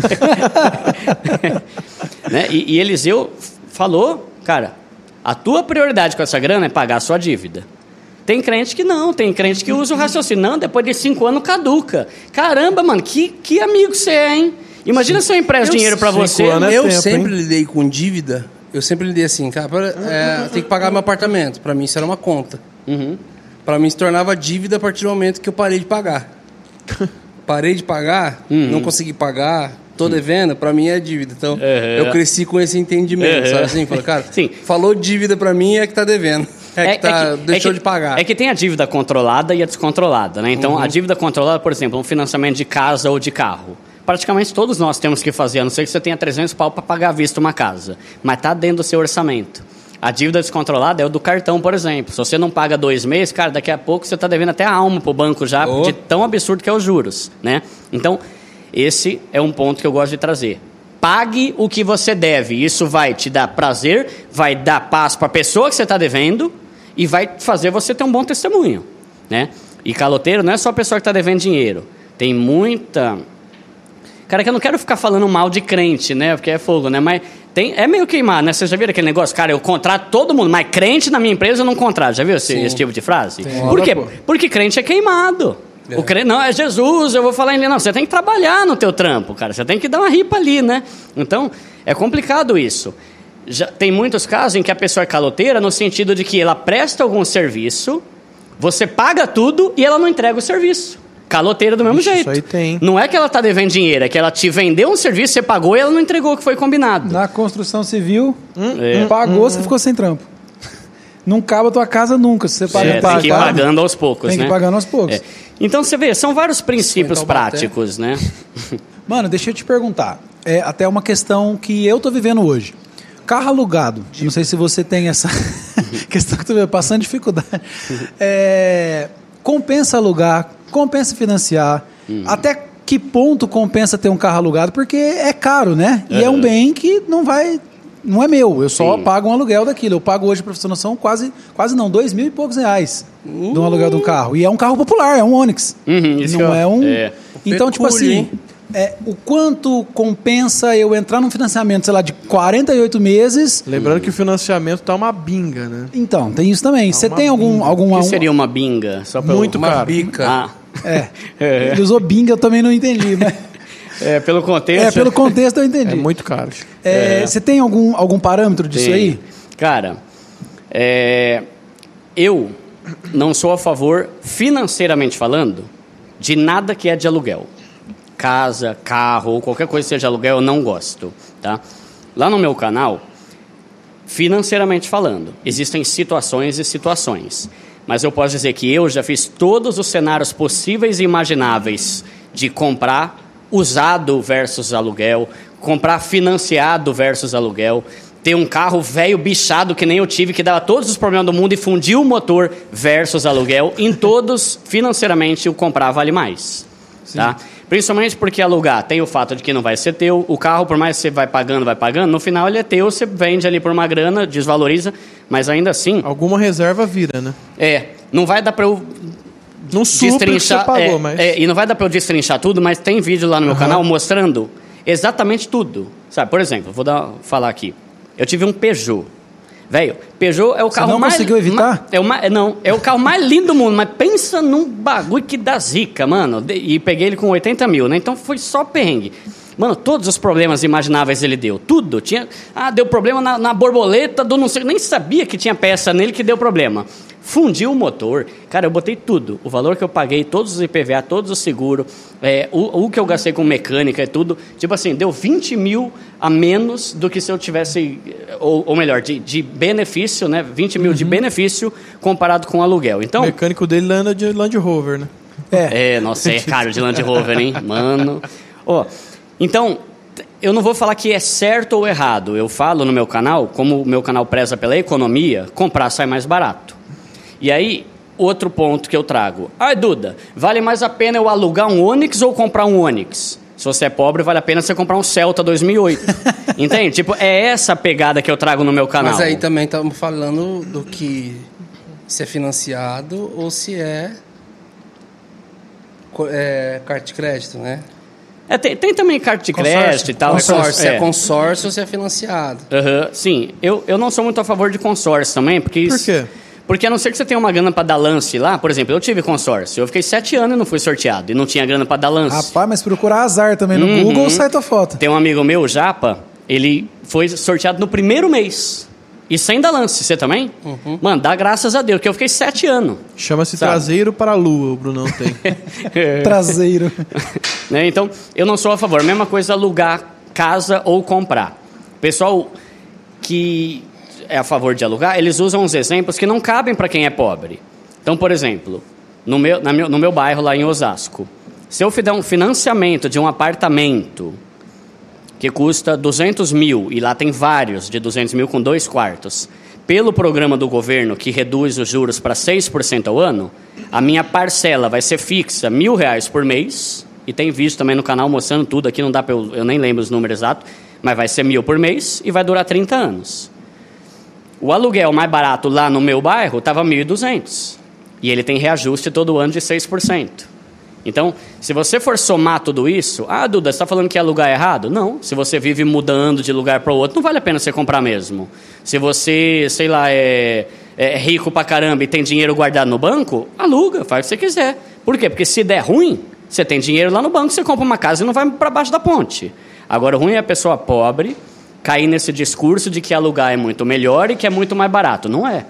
É. Né? E, e Eliseu falou, cara, a tua prioridade com essa grana é pagar a sua dívida. Tem crente que não, tem crente que usa o raciocínio. Não, depois de cinco anos caduca. Caramba, mano, que, que amigo você é, hein? Imagina Sim. se eu empresto eu, dinheiro pra você. É eu tempo, sempre hein? lidei com dívida. Eu sempre lidei assim, cara, é, tem que pagar meu apartamento. Pra mim isso era uma conta. Uhum. Pra mim se tornava dívida a partir do momento que eu parei de pagar. Parei de pagar, uhum. não consegui pagar, tô devendo, pra mim é dívida. Então, uhum. eu cresci com esse entendimento, uhum. sabe assim? Falei, cara, Sim. falou dívida pra mim é que tá devendo. É que, tá, é que deixou é que, de pagar. É que tem a dívida controlada e a descontrolada, né? Então, uhum. a dívida controlada, por exemplo, um financiamento de casa ou de carro. Praticamente todos nós temos que fazer, a não ser que você tenha trezentos pau para pagar à vista uma casa. Mas tá dentro do seu orçamento. A dívida descontrolada é o do cartão, por exemplo. Se você não paga dois meses, cara, daqui a pouco você tá devendo até a alma pro banco já, oh. de tão absurdo que é os juros, né? Então, esse é um ponto que eu gosto de trazer. Pague o que você deve. Isso vai te dar prazer, vai dar paz para a pessoa que você está devendo e vai fazer você ter um bom testemunho, né? E caloteiro não é só a pessoa que está devendo dinheiro. Tem muita... Cara, que eu não quero ficar falando mal de crente, né? Porque é fogo, né? Mas tem... é meio queimado, né? Vocês já viram aquele negócio? Cara, eu contrato todo mundo, mas crente na minha empresa eu não contrato. Já viu esse, esse tipo de frase? Sim. Por quê? Porque crente é queimado. É. O crente, não, é Jesus, eu vou falar em ele. Não, você tem que trabalhar no teu trampo, cara. Você tem que dar uma ripa ali, né? Então, é complicado isso. Já, tem muitos casos em que a pessoa é caloteira no sentido de que ela presta algum serviço, você paga tudo e ela não entrega o serviço. caloteira do mesmo Ixi, jeito. isso aí tem. Não é que ela tá devendo dinheiro, é que ela te vendeu um serviço, você pagou e ela não entregou o que foi combinado. Na construção civil, É. pagou, você ficou sem trampo. Não cabe a tua casa nunca, se você paga, É, tem paga, que ir pagando aos poucos, Tem que né? ir pagando aos poucos. É. Então você vê, são vários princípios Cinquenta práticos, né? Mano, deixa eu te perguntar. É até uma questão que eu tô vivendo hoje. Carro alugado. Não sei se você tem essa questão que tu vê passando dificuldade. É, compensa alugar, compensa financiar. Uhum. Até que ponto compensa ter um carro alugado? Porque é caro, né? E é um Uhum. bem que não vai... Não é meu, eu só Sim. pago um aluguel daquilo. Eu pago hoje, para você ter noção, quase, quase não, dois mil e poucos reais de um aluguel de um carro. E é um carro popular, é um Onix. Uhum, isso que não eu- é um... é. Então, tipo Pecúlio, assim, hein? é, o quanto compensa eu entrar num financiamento, sei lá, de quarenta e oito meses... Lembrando que o financiamento tá uma binga, né? Então, tem isso também. Você uma tem algum... binga. algum O que seria uma binga? Só pra eu- Muito Uma caro. bica. Ah, É, É. ele usou binga, eu também não entendi, mas... é, pelo contexto... É, pelo contexto eu entendi. É muito caro. É, Você tem algum, algum parâmetro disso Tem. aí? Cara, é, eu não sou a favor, financeiramente falando, de nada que é de aluguel. Casa, carro ou qualquer coisa que seja de aluguel, eu não gosto, tá? Lá no meu canal, financeiramente falando, existem situações e situações. Mas eu posso dizer que eu já fiz todos os cenários possíveis e imagináveis de comprar usado versus aluguel, comprar financiado versus aluguel, ter um carro velho bichado que nem eu tive, que dava todos os problemas do mundo e fundiu o motor versus aluguel. Em todos, financeiramente, o comprar vale mais. Tá? Principalmente porque alugar tem o fato de que não vai ser teu. O carro, por mais que você vai pagando, vai pagando, no final ele é teu, você vende ali por uma grana, desvaloriza, mas ainda assim, Alguma reserva vira, né? é, não vai dar pra eu Não supre o que você destrinchar, pagou, é, mas... é, e não vai dar pra eu destrinchar tudo, mas tem vídeo lá no meu Aham. canal mostrando exatamente tudo. Sabe, por exemplo, vou dar, falar aqui. Eu tive um Peugeot. Velho, Peugeot é o Você carro não mais... conseguiu evitar? ma- é o mais, não, é o carro mais lindo do mundo, mas pensa num bagulho que dá zica, mano. De- E peguei ele com oitenta mil, né? Então foi só perrengue. Mano, todos os problemas imagináveis ele deu. Tudo. Tinha, ah, deu problema na, na borboleta do não sei... Nem sabia que tinha peça nele que deu problema. Fundiu o motor. Cara, eu botei tudo. O valor que eu paguei, todos os I P V A, todos os seguros, é, o, o que eu gastei com mecânica e tudo. Tipo assim, deu vinte mil a menos do que se eu tivesse... Ou, ou melhor, de, de benefício, né? vinte mil de benefício comparado com aluguel. Então... O mecânico dele anda de Land Rover, né? É. É, nossa, é caro de Land Rover, hein? Mano. Ó, então, t- eu não vou falar que é certo ou errado. Eu falo no meu canal, como o meu canal preza pela economia, comprar sai mais barato. E aí, outro ponto que eu trago. Ah, Duda, vale mais a pena eu alugar um Onix ou comprar um Onix? Se você é pobre, vale a pena você comprar um Celta dois mil e oito. Entende? Tipo, é essa a pegada que eu trago no meu canal. Mas aí também estamos falando do que se é financiado ou se é, co- é carta de crédito, né? É, tem, tem também carta de crédito e tal. Consórcio, se é É. consórcio ou se é financiado. Aham, sim, eu, eu não sou muito a favor de consórcio também, porque... Por isso- quê? Porque a não ser que você tenha uma grana para dar lance lá, por exemplo, eu tive consórcio, eu fiquei sete anos e não fui sorteado, e não tinha grana para dar lance. Rapaz, mas procurar azar também no Uhum. Google, sai tua foto. Tem um amigo meu, o Japa, ele foi sorteado no primeiro mês, e sem dar lance, você também? Mano, dá graças a Deus, que eu fiquei sete anos. Chama-se Sabe? traseiro para a lua, o Brunão tem. Traseiro. Né? Então, eu não sou a favor. Mesma coisa alugar casa ou comprar. Pessoal que é a favor de alugar, eles usam uns exemplos que não cabem para quem é pobre. Então, por exemplo, no meu, na meu, no meu bairro lá em Osasco, se eu fizer um financiamento de um apartamento que custa duzentos mil, e lá tem vários de duzentos mil com dois quartos, pelo programa do governo que reduz os juros para seis por cento ao ano, a minha parcela vai ser fixa, mil reais por mês, e tem vídeo também no canal mostrando tudo, aqui não dá para eu, eu nem lembro os números exatos, mas vai ser mil por mês e vai durar trinta anos. O aluguel mais barato lá no meu bairro estava mil e duzentos, e ele tem reajuste todo ano de seis por cento. Então, se você for somar tudo isso... Ah, Duda, você está falando que é lugar errado? Não. Se você vive mudando de lugar para o outro, não vale a pena você comprar mesmo. Se você, sei lá, é, é rico pra caramba e tem dinheiro guardado no banco, aluga, faz o que você quiser. Por quê? Porque se der ruim, você tem dinheiro lá no banco, você compra uma casa e não vai para baixo da ponte. Agora, o ruim é a pessoa pobre cair nesse discurso de que alugar é muito melhor e que é muito mais barato. Não é.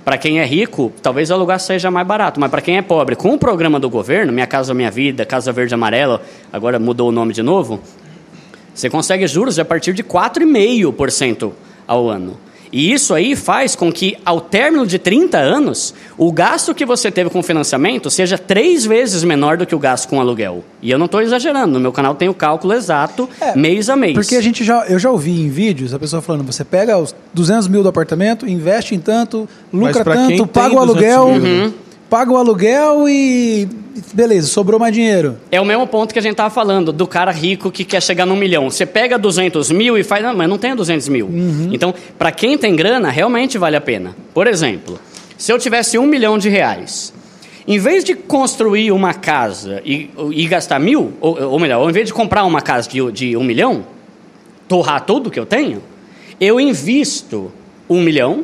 Para quem é rico, talvez o alugar seja mais barato, mas para quem é pobre, com o programa do governo, Minha Casa Minha Vida, Casa Verde e Amarela, agora mudou o nome de novo, você consegue juros a partir de quatro vírgula cinco por cento ao ano. E isso aí faz com que, ao término de trinta anos, o gasto que você teve com financiamento seja três vezes menor do que o gasto com aluguel. E eu não estou exagerando, no meu canal tem o cálculo exato, é, mês a mês. Porque a gente já, eu já ouvi em vídeos a pessoa falando, você pega os duzentos mil do apartamento, investe em tanto, lucra tanto, paga o aluguel... Uhum. Paga o aluguel e... beleza, sobrou mais dinheiro. É o mesmo ponto que a gente estava falando, do cara rico que quer chegar no milhão. Você pega duzentos mil e faz... Não, mas não tem duzentos mil. Uhum. Então, para quem tem grana, realmente vale a pena. Por exemplo, se eu tivesse um milhão de reais, em vez de construir uma casa e, e gastar mil, ou, ou melhor, em vez de comprar uma casa de, de um milhão, torrar tudo que eu tenho, eu invisto um milhão...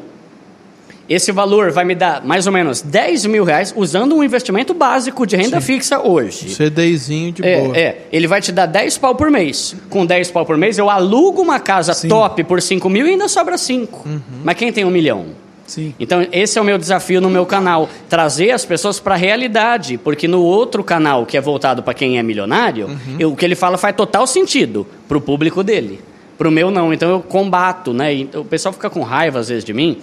Esse valor vai me dar mais ou menos dez mil reais usando um investimento básico de renda Sim. fixa hoje. CDIzinho de é, boa. É, ele vai te dar dez pau por mês. Com dez pau por mês, eu alugo uma casa Sim. top por cinco mil e ainda sobra cinco. Uhum. Mas quem tem um milhão? Sim. Então, esse é o meu desafio no meu canal. Trazer as pessoas para a realidade. Porque no outro canal, que é voltado para quem é milionário, uhum. eu, o que ele fala faz total sentido para o público dele. Para o meu, não. Então, eu combato, né? E o pessoal fica com raiva, às vezes, de mim.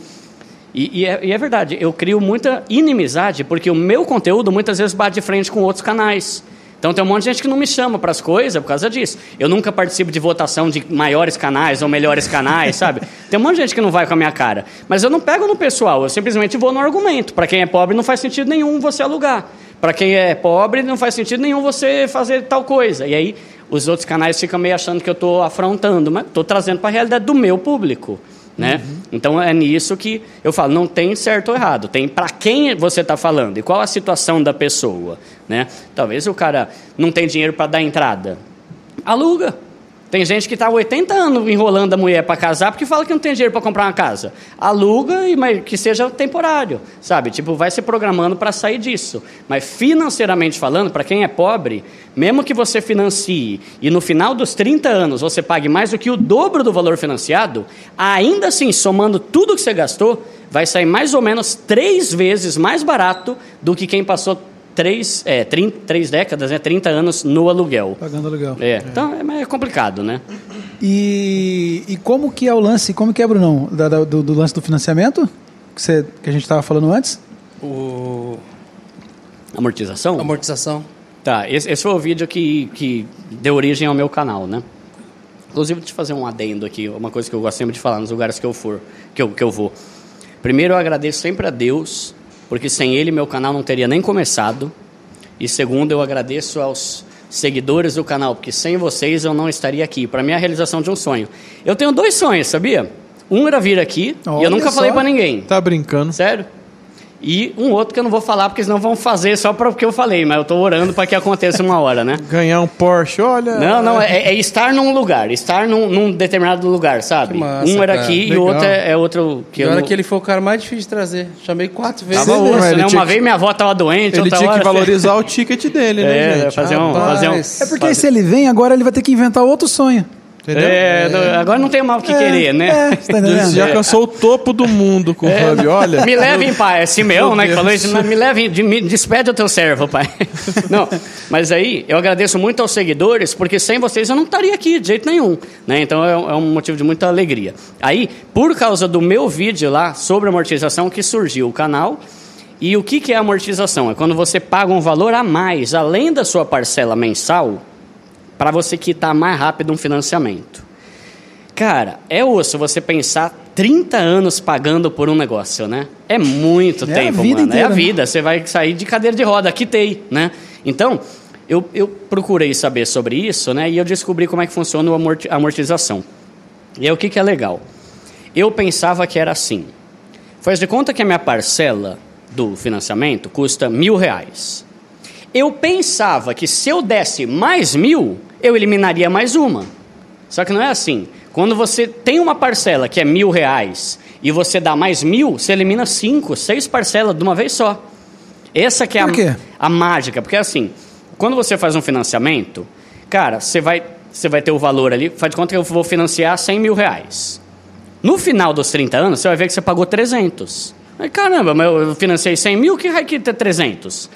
E, e, é, e é verdade, eu crio muita inimizade porque o meu conteúdo muitas vezes bate de frente com outros canais. Então tem um monte de gente que não me chama para as coisas por causa disso. Eu nunca participo de votação de maiores canais ou melhores canais, sabe? Tem um monte de gente que não vai com a minha cara. Mas eu não pego no pessoal, eu simplesmente vou no argumento. Para quem é pobre não faz sentido nenhum você alugar. Para quem é pobre não faz sentido nenhum você fazer tal coisa. E aí os outros canais ficam meio achando que eu estou afrontando, mas estou trazendo para a realidade do meu público. Né? Uhum. Então é nisso que eu falo, não tem certo ou errado, tem para quem você está falando e qual a situação da pessoa, né? Talvez o cara não tem dinheiro para dar entrada, aluga. Tem gente que está há oitenta anos enrolando a mulher para casar porque fala que não tem dinheiro para comprar uma casa. Aluga, e mas que seja temporário, sabe? Tipo, vai se programando para sair disso. Mas financeiramente falando, para quem é pobre, mesmo que você financie e no final dos trinta anos você pague mais do que o dobro do valor financiado, ainda assim, somando tudo que você gastou, vai sair mais ou menos três vezes mais barato do que quem passou Três, é, trinta, três décadas, né, trinta anos no aluguel. Pagando aluguel. É. É. Então é, é complicado, né? E, e como que é o lance, como que é, Brunão, da, da, do, do lance do financiamento que, você, que a gente estava falando antes? O... Amortização? Amortização. Tá, esse, esse foi o vídeo que, que deu origem ao meu canal, né? Inclusive, deixa eu fazer um adendo aqui, uma coisa que eu gosto sempre de falar nos lugares que eu for, que eu, que eu vou. Primeiro, eu agradeço sempre a Deus, porque sem ele meu canal não teria nem começado. E segundo, eu agradeço aos seguidores do canal, porque sem vocês eu não estaria aqui. Para mim é a realização de um sonho. Eu tenho dois sonhos, sabia? Um era vir aqui, Olha e eu nunca só. falei para ninguém. Tá brincando? Sério? E um outro que eu não vou falar, porque senão vão fazer só para o que eu falei, mas eu estou orando para que aconteça uma hora, né? Ganhar um Porsche, olha... Não, não, é, é estar num lugar, estar num, num determinado lugar, sabe? Massa, um era cara. aqui Legal. e o outro é, é outro... Que e eu olha não... que ele foi o cara mais difícil de trazer. Chamei quatro vezes. Tava osso, né? Uma que... vez minha avó estava doente, ele outra tinha hora... que valorizar o ticket dele, né, é, gente? fazer um, fazer um... É porque aí, se ele vem, agora ele vai ter que inventar outro sonho. Entendeu? É, é. Agora não tem mal o que é, querer, né? É, tá entendendo? Já alcançou o topo do mundo com o é. Hub, olha. Me leve em paz, é Simeão, né, que falou isso, me leve, de, me despede o teu servo, pai. Não, mas aí eu agradeço muito aos seguidores, porque sem vocês eu não estaria aqui de jeito nenhum, né? Então é um, é um motivo de muita alegria. Aí, por causa do meu vídeo lá sobre amortização que surgiu o canal. E o que, que é amortização? É quando você paga um valor a mais, além da sua parcela mensal, para você quitar mais rápido um financiamento. Cara, é osso você pensar trinta anos pagando por um negócio, né? É muito é tempo, a vida mano. Inteira, é a vida. Você vai sair de cadeira de roda, quitei, né? Então, eu, eu procurei saber sobre isso, né? E eu descobri como é que funciona a amortização. E aí, o que, que é legal? Eu pensava que era assim. Faz de conta que a minha parcela do financiamento custa mil reais. Eu pensava que se eu desse mais mil, eu eliminaria mais uma. Só que não é assim. Quando você tem uma parcela que é mil reais e você dá mais mil, você elimina cinco, seis parcelas de uma vez só. Essa que é a, a mágica. Porque assim, quando você faz um financiamento, cara, você vai, você vai ter o valor ali, faz de conta que eu vou financiar cem mil reais. No final dos trinta anos, você vai ver que você pagou trezentos. Aí, caramba, mas eu financei cem mil, que vai que ter trezentos?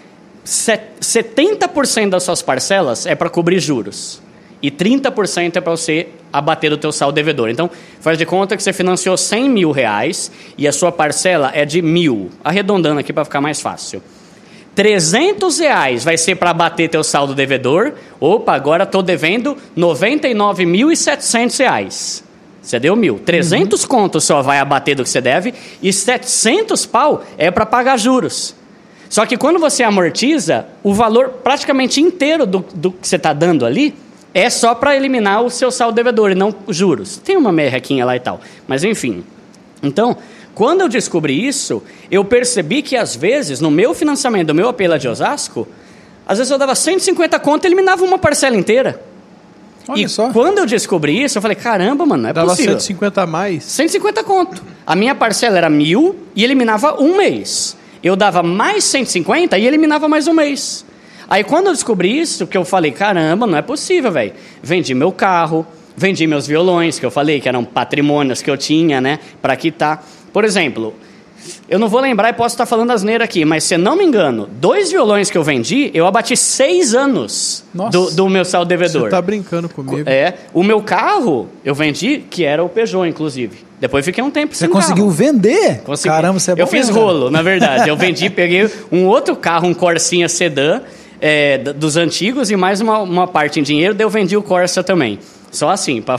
setenta por cento das suas parcelas é para cobrir juros. E trinta por cento é para você abater do teu saldo devedor. Então, faz de conta que você financiou cem mil reais e a sua parcela é de mil. Arredondando aqui para ficar mais fácil. trezentos reais vai ser para abater teu saldo devedor. Opa, agora estou devendo noventa e nove mil e setecentos reais. Você deu mil. trezentos uhum. contos só vai abater do que você deve e setecentos pau é para pagar juros. Só que quando você amortiza, o valor praticamente inteiro do, do que você está dando ali é só para eliminar o seu saldo devedor e não os juros. Tem uma merrequinha lá e tal. Mas enfim. Então, quando eu descobri isso, eu percebi que às vezes, no meu financiamento do meu A P lá de Osasco, às vezes eu dava cento e cinquenta conto e eliminava uma parcela inteira. Olha e só. Quando eu descobri isso, eu falei, caramba, mano, não é dava possível. cento e cinquenta a mais? cento e cinquenta conto. A minha parcela era mil e eliminava um mês. Eu dava mais cento e cinquenta e eliminava mais um mês. Aí quando eu descobri isso, que eu falei, caramba, não é possível, velho. Vendi meu carro, vendi meus violões, que eu falei que eram patrimônios que eu tinha, né, para quitar. Por exemplo, eu não vou lembrar e posso estar falando asneira aqui, mas se não me engano, dois violões que eu vendi, eu abati seis anos do, do meu saldo devedor. Você tá brincando comigo. É, o meu carro eu vendi, que era o Peugeot, inclusive. Depois fiquei um tempo sem Você conseguiu carro. vender? Consegui. Caramba, você é bom. Eu fiz mesmo, rolo, na verdade. Eu vendi, peguei um outro carro, um Corsinha sedã, é, dos antigos, e mais uma, uma parte em dinheiro, daí eu vendi o Corsa também. Só assim, para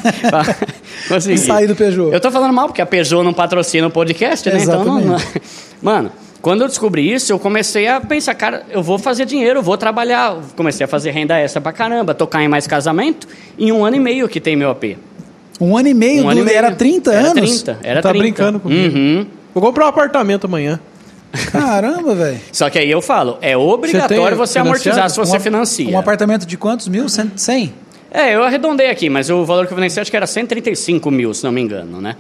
conseguir. Sair do Peugeot. Eu tô falando mal, porque a Peugeot não patrocina o podcast, né? Exatamente. Então, não, não... Mano, quando eu descobri isso, eu comecei a pensar, cara, eu vou fazer dinheiro, eu vou trabalhar. Comecei a fazer renda extra pra caramba, tocar em mais casamento, em um ano e meio que tem meu A P. Um ano e meio? Um ano do... e meio. Era trinta era anos? trinta, era tá trinta. brincando comigo. Uhum. Vou comprar um apartamento amanhã. Caramba, velho. Só que aí eu falo, é obrigatório você, você amortizar se você um, financia. Um apartamento de quantos mil? cem? É, eu arredondei aqui, mas o valor que eu financiei acho que era cento e trinta e cinco mil, se não me engano, né?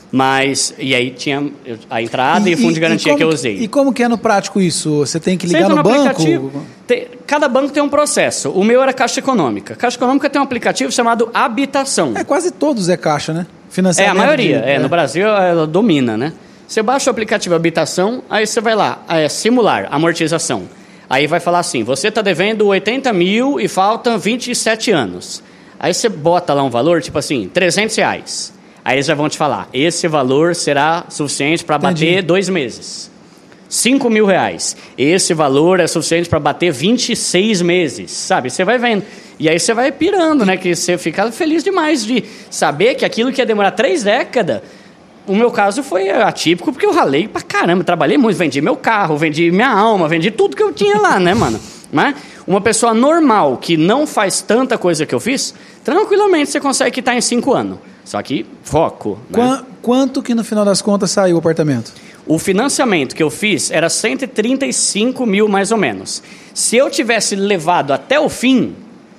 Mas, e aí tinha a entrada e, e o fundo de garantia que eu usei. E como que é no prático isso? Você tem que ligar Sempre no, no banco? Aplicativo. Tem, cada banco tem um processo. O meu era Caixa Econômica. Caixa Econômica tem um aplicativo chamado Habitação. É, quase todos é Caixa, né? É, Financiamento a maioria. de, é, é. No Brasil, ela domina, né? Você baixa o aplicativo Habitação, aí você vai lá, é, simular, amortização. Aí vai falar assim, você está devendo oitenta mil e faltam vinte e sete anos. Aí você bota lá um valor, tipo assim, trezentos reais. Aí eles já vão te falar, esse valor será suficiente para bater dois meses. cinco mil reais. Esse valor é suficiente para bater vinte e seis meses, sabe? Você vai vendo. E aí você vai pirando, né? Que você fica feliz demais de saber que aquilo que ia demorar três décadas... O meu caso foi atípico porque eu ralei pra caramba, trabalhei muito, vendi meu carro, vendi minha alma, vendi tudo que eu tinha lá, né, mano? Mas uma pessoa normal que não faz tanta coisa que eu fiz, tranquilamente você consegue quitar em cinco anos. Só que foco. Qua- Né? Quanto que no final das contas saiu o apartamento? O financiamento que eu fiz era cento e trinta e cinco mil mais ou menos. Se eu tivesse levado até o fim,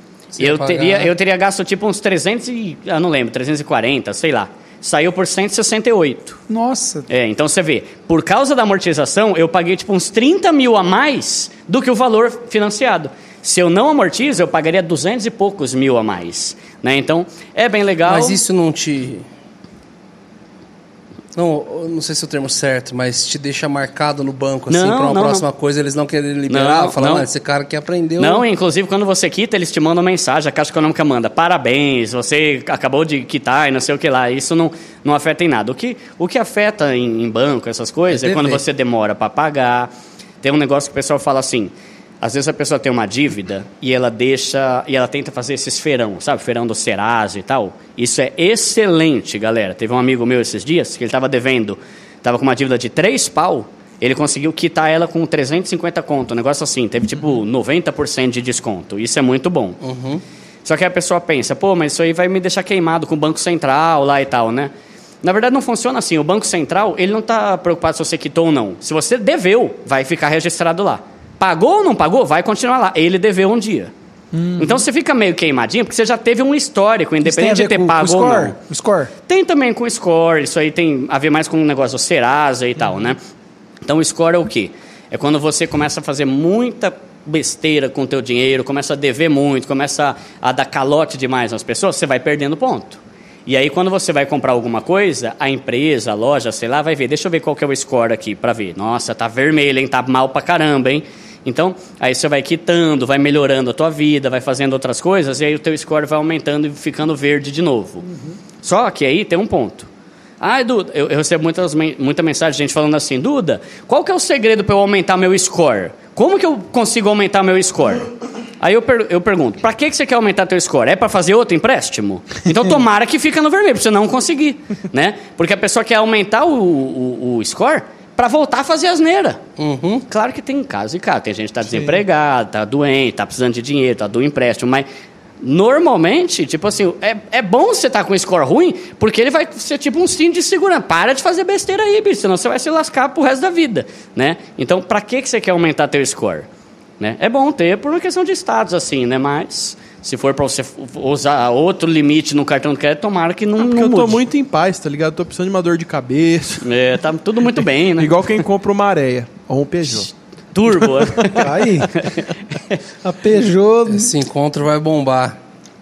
eu teria, eu teria gasto tipo uns trezentos e... Eu não lembro, trezentos e quarenta, sei lá. Saiu por cento e sessenta e oito. Nossa. É, então você vê, por causa da amortização, eu paguei tipo uns trinta mil a mais do que o valor financiado. Se eu não amortizo, eu pagaria duzentos e poucos mil a mais. Né? Então, é bem legal. Mas isso não te... Não, não sei se é o termo certo, mas te deixa marcado no banco, assim, Não, para uma não, próxima não. coisa, eles não querem liberar, Não, falando, não. ah, esse cara que aprendeu... Não, inclusive, quando você quita, eles te mandam mensagem, a Caixa Econômica manda, parabéns, você acabou de quitar e não sei o que lá. Isso não, não afeta em nada. O que, o que afeta em, em banco, essas coisas, é, é quando você demora para pagar. Tem um negócio que o pessoal fala assim, às vezes a pessoa tem uma dívida e ela deixa, e ela tenta fazer esses feirão, sabe? Feirão do Serasa e tal. Isso é excelente, galera. Teve um amigo meu esses dias que ele estava devendo, estava com uma dívida de três pau, ele conseguiu quitar ela com trezentos e cinquenta conto, um negócio assim, teve tipo noventa por cento de desconto. Isso é muito bom. Uhum. Só que a pessoa pensa, pô, mas isso aí vai me deixar queimado com o Banco Central lá e tal, né? Na verdade, não funciona assim. O Banco Central, ele não está preocupado se você quitou ou não. Se você deveu, vai ficar registrado lá. Pagou ou não pagou, vai continuar lá. Ele deveu um dia. Uhum. Então, você fica meio queimadinho, porque você já teve um histórico, independente de ter com, pago com ou score? não. O score? Tem também com o score. Isso aí tem a ver mais com o negócio do Serasa e tal, né? Então, o score é o quê? É quando você começa a fazer muita besteira com o teu dinheiro, começa a dever muito, começa a dar calote demais nas pessoas, você vai perdendo ponto. E aí, quando você vai comprar alguma coisa, a empresa, a loja, sei lá, vai ver. Deixa eu ver qual que é o score aqui para ver. Nossa, tá vermelho, hein? Tá mal pra caramba, hein? Então, aí você vai quitando, vai melhorando a tua vida, vai fazendo outras coisas, e aí o teu score vai aumentando e ficando verde de novo. Uhum. Só que aí tem um ponto. Ah, Duda, eu, eu recebo muitas, muita mensagem de gente falando assim, Duda, qual que é o segredo para eu aumentar meu score? Como que eu consigo aumentar meu score? Aí eu, per, eu pergunto, para que, que você quer aumentar teu score? É para fazer outro empréstimo? Então tomara que fica no vermelho, para você não conseguir, né? Porque a pessoa quer aumentar o, o, o score para voltar a fazer asneira. Uhum. Claro que tem caso e caso. Tem gente que está desempregado, está doente, está precisando de dinheiro, está do empréstimo, mas normalmente, tipo assim, é, é bom você estar tá com um score ruim, porque ele vai ser tipo um cinto de segurança. Para de fazer besteira aí, bicho, senão você vai se lascar pro resto da vida, né? Então, para que, que você quer aumentar teu score? Né? É bom ter por uma questão de status, assim, né? Mas se for para você usar outro limite no cartão de crédito, tomara que não, ah, porque não eu tô mude. muito em paz, tá ligado? Eu tô precisando de uma dor de cabeça. É, tá tudo muito bem, né? Igual quem compra uma areia ou um Peugeot. Turbo. Aí, a Peugeot... Esse encontro vai bombar.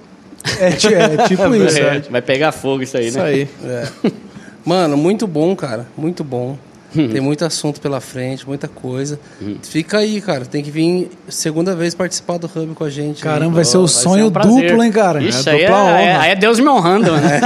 É, é tipo isso. É, vai pegar fogo isso aí, isso né? Isso aí. É. Mano, muito bom, cara. Muito bom. Tem muito assunto pela frente, muita coisa. Fica aí, cara. Tem que vir segunda vez participar do Hub com a gente. Caramba, aí. vai ser o vai sonho ser um duplo, hein, cara? Isso é aí, é, é, aí é Deus me honrando, né?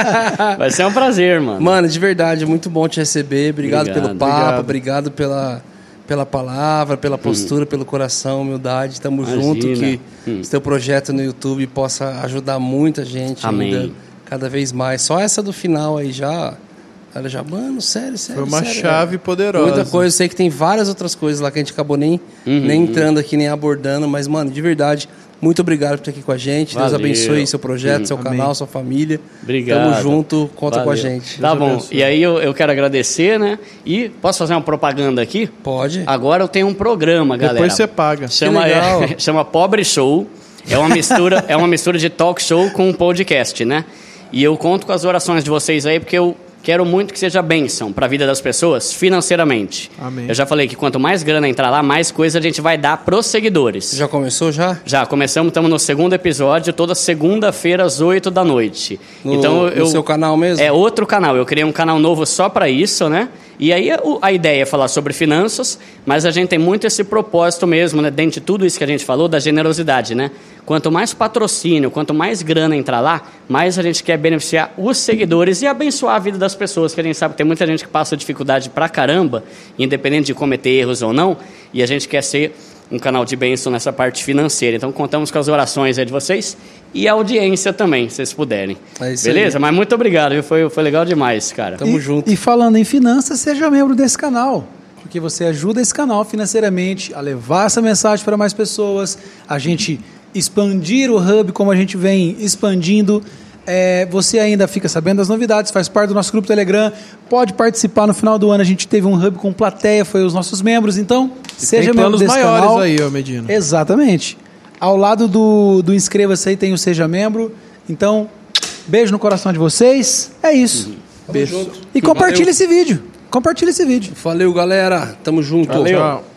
Vai ser um prazer, mano. Mano, de verdade, muito bom te receber. Obrigado, Obrigado. pelo papo, Obrigado, obrigado pela, pela palavra, pela postura, hum. pelo coração, humildade. Tamo Imagina. junto, que hum. o teu projeto no YouTube possa ajudar muita gente. Amém. Ainda, cada vez mais. Só essa do final aí já... Ela já, mano, sério, sério. Foi uma sério, chave é. poderosa. Muita coisa, eu sei que tem várias outras coisas lá que a gente acabou nem, uhum, nem entrando aqui, nem abordando, mas, mano, de verdade, muito obrigado por estar aqui com a gente. Valeu. Deus abençoe seu projeto, uhum, seu amém. Canal, sua família. Obrigado. Tamo junto, conta Valeu. com a gente. Tá Deus bom, abençoe. E aí eu, eu quero agradecer, né? E posso fazer uma propaganda aqui? Pode. Agora eu tenho um programa, galera. Depois você paga. Chama, é, chama Pobre Show. É uma mistura, é uma mistura de talk show com um podcast, né? E eu conto com as orações de vocês aí, porque eu quero muito que seja bênção para a vida das pessoas financeiramente. Amém. Eu já falei que quanto mais grana entrar lá, mais coisa a gente vai dar pros seguidores. Já começou já? Já, começamos, estamos no segundo episódio, toda segunda-feira às oito da noite. No, então, eu, no seu canal mesmo? É outro canal, eu criei um canal novo só para isso, né? E aí a ideia é falar sobre finanças, mas a gente tem muito esse propósito mesmo, né? Dentro de tudo isso que a gente falou, da generosidade, né? Quanto mais patrocínio, quanto mais grana entrar lá, mais a gente quer beneficiar os seguidores e abençoar a vida das pessoas, que a gente sabe que tem muita gente que passa dificuldade pra caramba, independente de cometer erros ou não, e a gente quer ser um canal de bênção nessa parte financeira. Então contamos com as orações aí de vocês e a audiência também, se vocês puderem. É isso. Beleza? Aí. Mas muito obrigado, viu? Foi, foi legal demais, cara. Tamo e, junto. E falando em finanças, seja membro desse canal. Porque você ajuda esse canal financeiramente a levar essa mensagem para mais pessoas, a gente expandir o Hub como a gente vem expandindo. É, você ainda fica sabendo das novidades, faz parte do nosso grupo Telegram, pode participar. No final do ano a gente teve um Hub com plateia, foi os nossos membros, então e seja membro desse maiores canal. aí, ó, Medina. Exatamente. Ao lado do, do inscreva-se aí tem o Seja Membro. Então, beijo no coração de vocês. É isso. Uhum. Beijo. E compartilhe Valeu. esse vídeo. Compartilhe esse vídeo. Valeu, galera. Tamo junto. Valeu. Tchau.